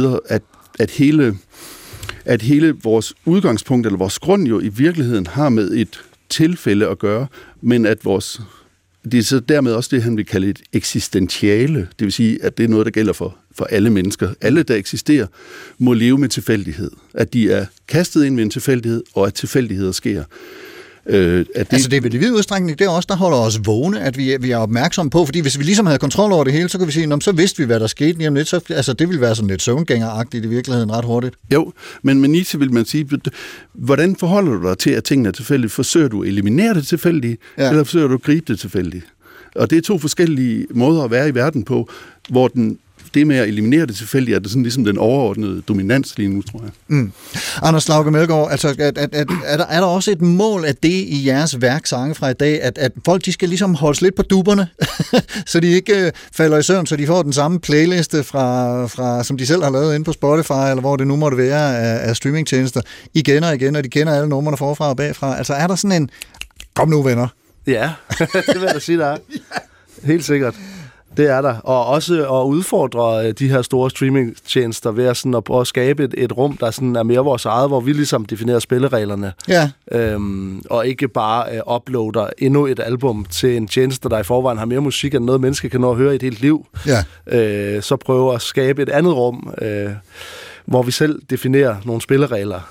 at hele vores udgangspunkt, eller vores grund jo i virkeligheden har med et tilfælde at gøre, men at det er så dermed også det, han vil kalde et eksistentiale, det vil sige, at det er noget, der gælder for alle mennesker. Alle, der eksisterer, må leve med tilfældighed. At de er kastet ind med en tilfældighed, og at tilfældigheder sker. Altså det er vel i vid udstrækning, det er også der holder os vågne, at vi er opmærksomme på, fordi hvis vi ligesom havde kontrol over det hele, så kan vi sige, så vidste vi, hvad der skete lige om lidt, så altså, det ville være sådan lidt søvngængeragtigt i virkeligheden ret hurtigt. Jo, men med Nietzsche vil man sige, hvordan forholder du dig til, at tingene er tilfældige? Forsøger du at eliminere det tilfældige, eller forsøger du at gribe det tilfældige? Og det er to forskellige måder at være i verden på, hvor det med at eliminere det tilfældige, er det sådan ligesom den overordnede dominans lige nu, tror jeg. Anders Lauke Melgaard, altså, er der også et mål af det i jeres værksange fra i dag, at folk de skal ligesom holdes lidt på dupperne, så de ikke falder i søvn, så de får den samme playliste fra som de selv har lavet inde på Spotify, eller hvor det nu måtte være af streamingtjenester, igen og igen, og de kender alle numrene forfra og bagfra. Altså er der sådan en, kom nu venner. Ja, det vil jeg da sige, der er. Helt sikkert. Det er der. Og også at udfordre de her store streamingtjenester ved at skabe et rum, der sådan er mere vores eget, hvor vi ligesom definerer spillereglerne. Ja. Og ikke bare uploader endnu et album til en tjeneste, der i forvejen har mere musik, end noget menneske kan nå at høre i et helt liv. Ja. Så prøve at skabe et andet rum, hvor vi selv definerer nogle spilleregler.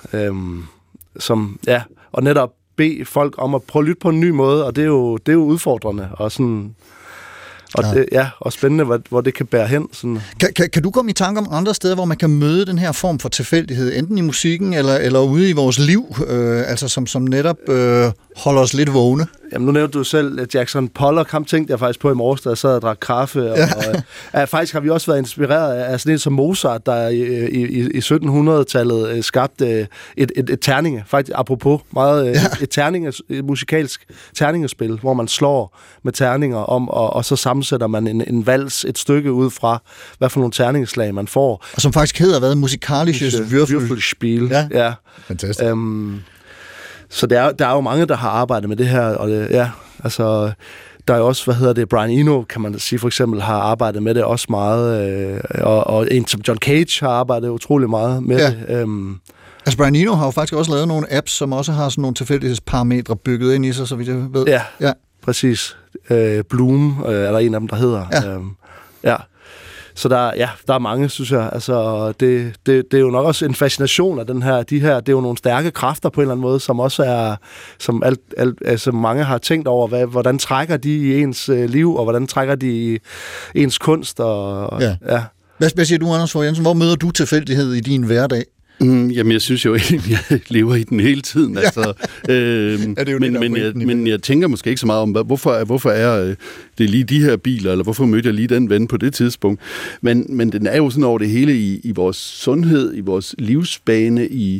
Og netop bede folk om at prøve at lytte på en ny måde, og det er jo udfordrende og sådan. Og, og spændende, hvor det kan bære hen. Sådan. Kan du komme i tanke om andre steder, hvor man kan møde den her form for tilfældighed, enten i musikken eller ude i vores liv, altså som netop holder os lidt vågne? Jamen, nu nævnte du selv Jackson Pollock. Ham tænkte jeg faktisk på i morges, da jeg sad og drak kaffe. Og faktisk har vi også været inspireret af sådan en som Mozart, der i 1700-tallet skabte et terninge. Faktisk apropos meget et musikalsk terningespil, hvor man slår med terninger om, og så sammensætter man en vals, et stykke ud fra, hvad for nogle terningeslag man får. Og som faktisk hedder Musikalisches Würfelspiel. Ja. Fantastisk. Så der er jo mange, der har arbejdet med det her, og der er jo også, Brian Eno, kan man sige, for eksempel, har arbejdet med det også meget, og en som John Cage har arbejdet utrolig meget med det. Altså Brian Eno har jo faktisk også lavet nogle apps, som også har sådan nogle tilfældighedsparametre bygget ind i sig, så vidt jeg ved. Ja. Præcis. Bloom er der en af dem, der hedder. Ja. Så der er mange, synes jeg. Altså, det er jo nok også en fascination af det er jo nogle stærke kræfter på en eller anden måde, som også er, som mange har tænkt over, hvordan trækker de i ens liv, og hvordan trækker de i ens kunst. Hvad siger du, Anders Fogh Jensen? Hvor møder du tilfældighed i din hverdag? Jamen, jeg synes jo egentlig, jeg lever i den hele tiden. Altså. Men jeg tænker måske ikke så meget om, hvorfor er det lige de her biler, eller hvorfor mødte jeg lige den ven på det tidspunkt. Men den er jo sådan over det hele i vores sundhed, i vores livsbane, i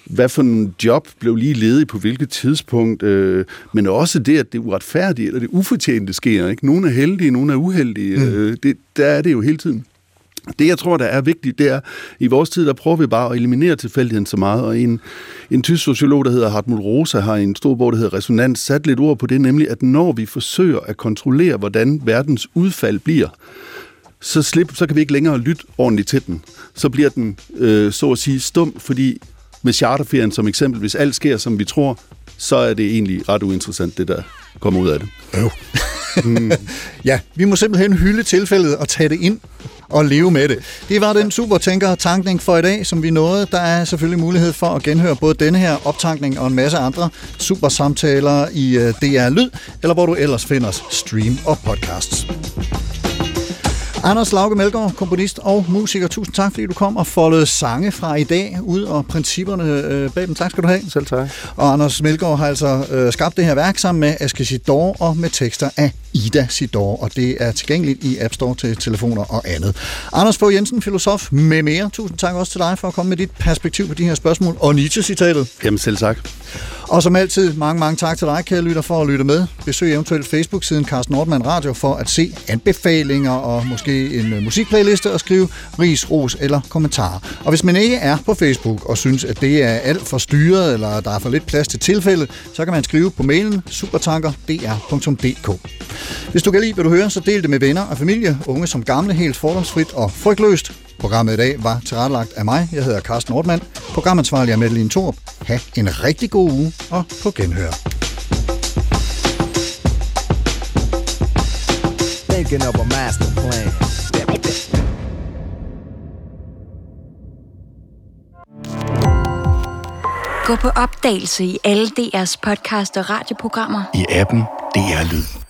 hvad for en job blev lige ledig på hvilket tidspunkt, men også det, at det uretfærdige eller det ufortjente sker. Ikke? Nogle er heldige, nogle er uheldige. Der er det jo hele tiden. Det, jeg tror, der er vigtigt, det er, i vores tid, der prøver vi bare at eliminere tilfældigheden så meget, og en tysk sociolog, der hedder Hartmut Rosa, har i en stor bog, der hedder Resonans, sat lidt ord på det, nemlig, at når vi forsøger at kontrollere, hvordan verdens udfald bliver, så kan vi ikke længere lytte ordentligt til den. Så bliver den, så at sige, stum, fordi med charterferien som eksempel, hvis alt sker, som vi tror, så er det egentlig ret uinteressant, det der kommer ud af det. Ja, vi må simpelthen hylde tilfældet og tage det ind og leve med det. Det var den supertænker-tankning for i dag, som vi nåede. Der er selvfølgelig mulighed for at genhøre både denne her optankning og en masse andre supersamtaler i DR Lyd, eller hvor du ellers finder os, stream og podcasts. Anders Lauke Melgaard, komponist og musiker, tusind tak, fordi du kom og foldede sange fra i dag ud, og principperne bag dem. Tak skal du have. Selv tak. Og Anders Melgaard har altså skabt det her værk sammen med Aske Sidor og med tekster af Ida Sidor, og det er tilgængeligt i App Store til telefoner og andet. Anders Fogh Jensen, filosof med mere. Tusind tak også til dig for at komme med dit perspektiv på de her spørgsmål. Og Nietzsche-citatet. Jamen selv tak. Og som altid, mange tak til dig, kære lytter, for at lytte med. Besøg eventuelt Facebook-siden Carsten Nordmann Radio for at se anbefalinger og måske en musikplayliste og skrive ris, ros eller kommentarer. Og hvis man ikke er på Facebook og synes, at det er alt for styret, eller der er for lidt plads til tilfælde, så kan man skrive på mailen supertanker.dr.dk. Hvis du kan lide, hvad du hører, så del det med venner og familie, unge som gamle, helt fordomsfrit og frygtløst. Programmet i dag var tilrettelagt af mig. Jeg hedder Carsten Nordmann. Programansvarlig er Madeline Thorup. Ha' en rigtig god uge og på genhør. Thinking of a master plan. Gå på opdagelse i alle DR's podcast og radioprogrammer. I appen DR Lyd.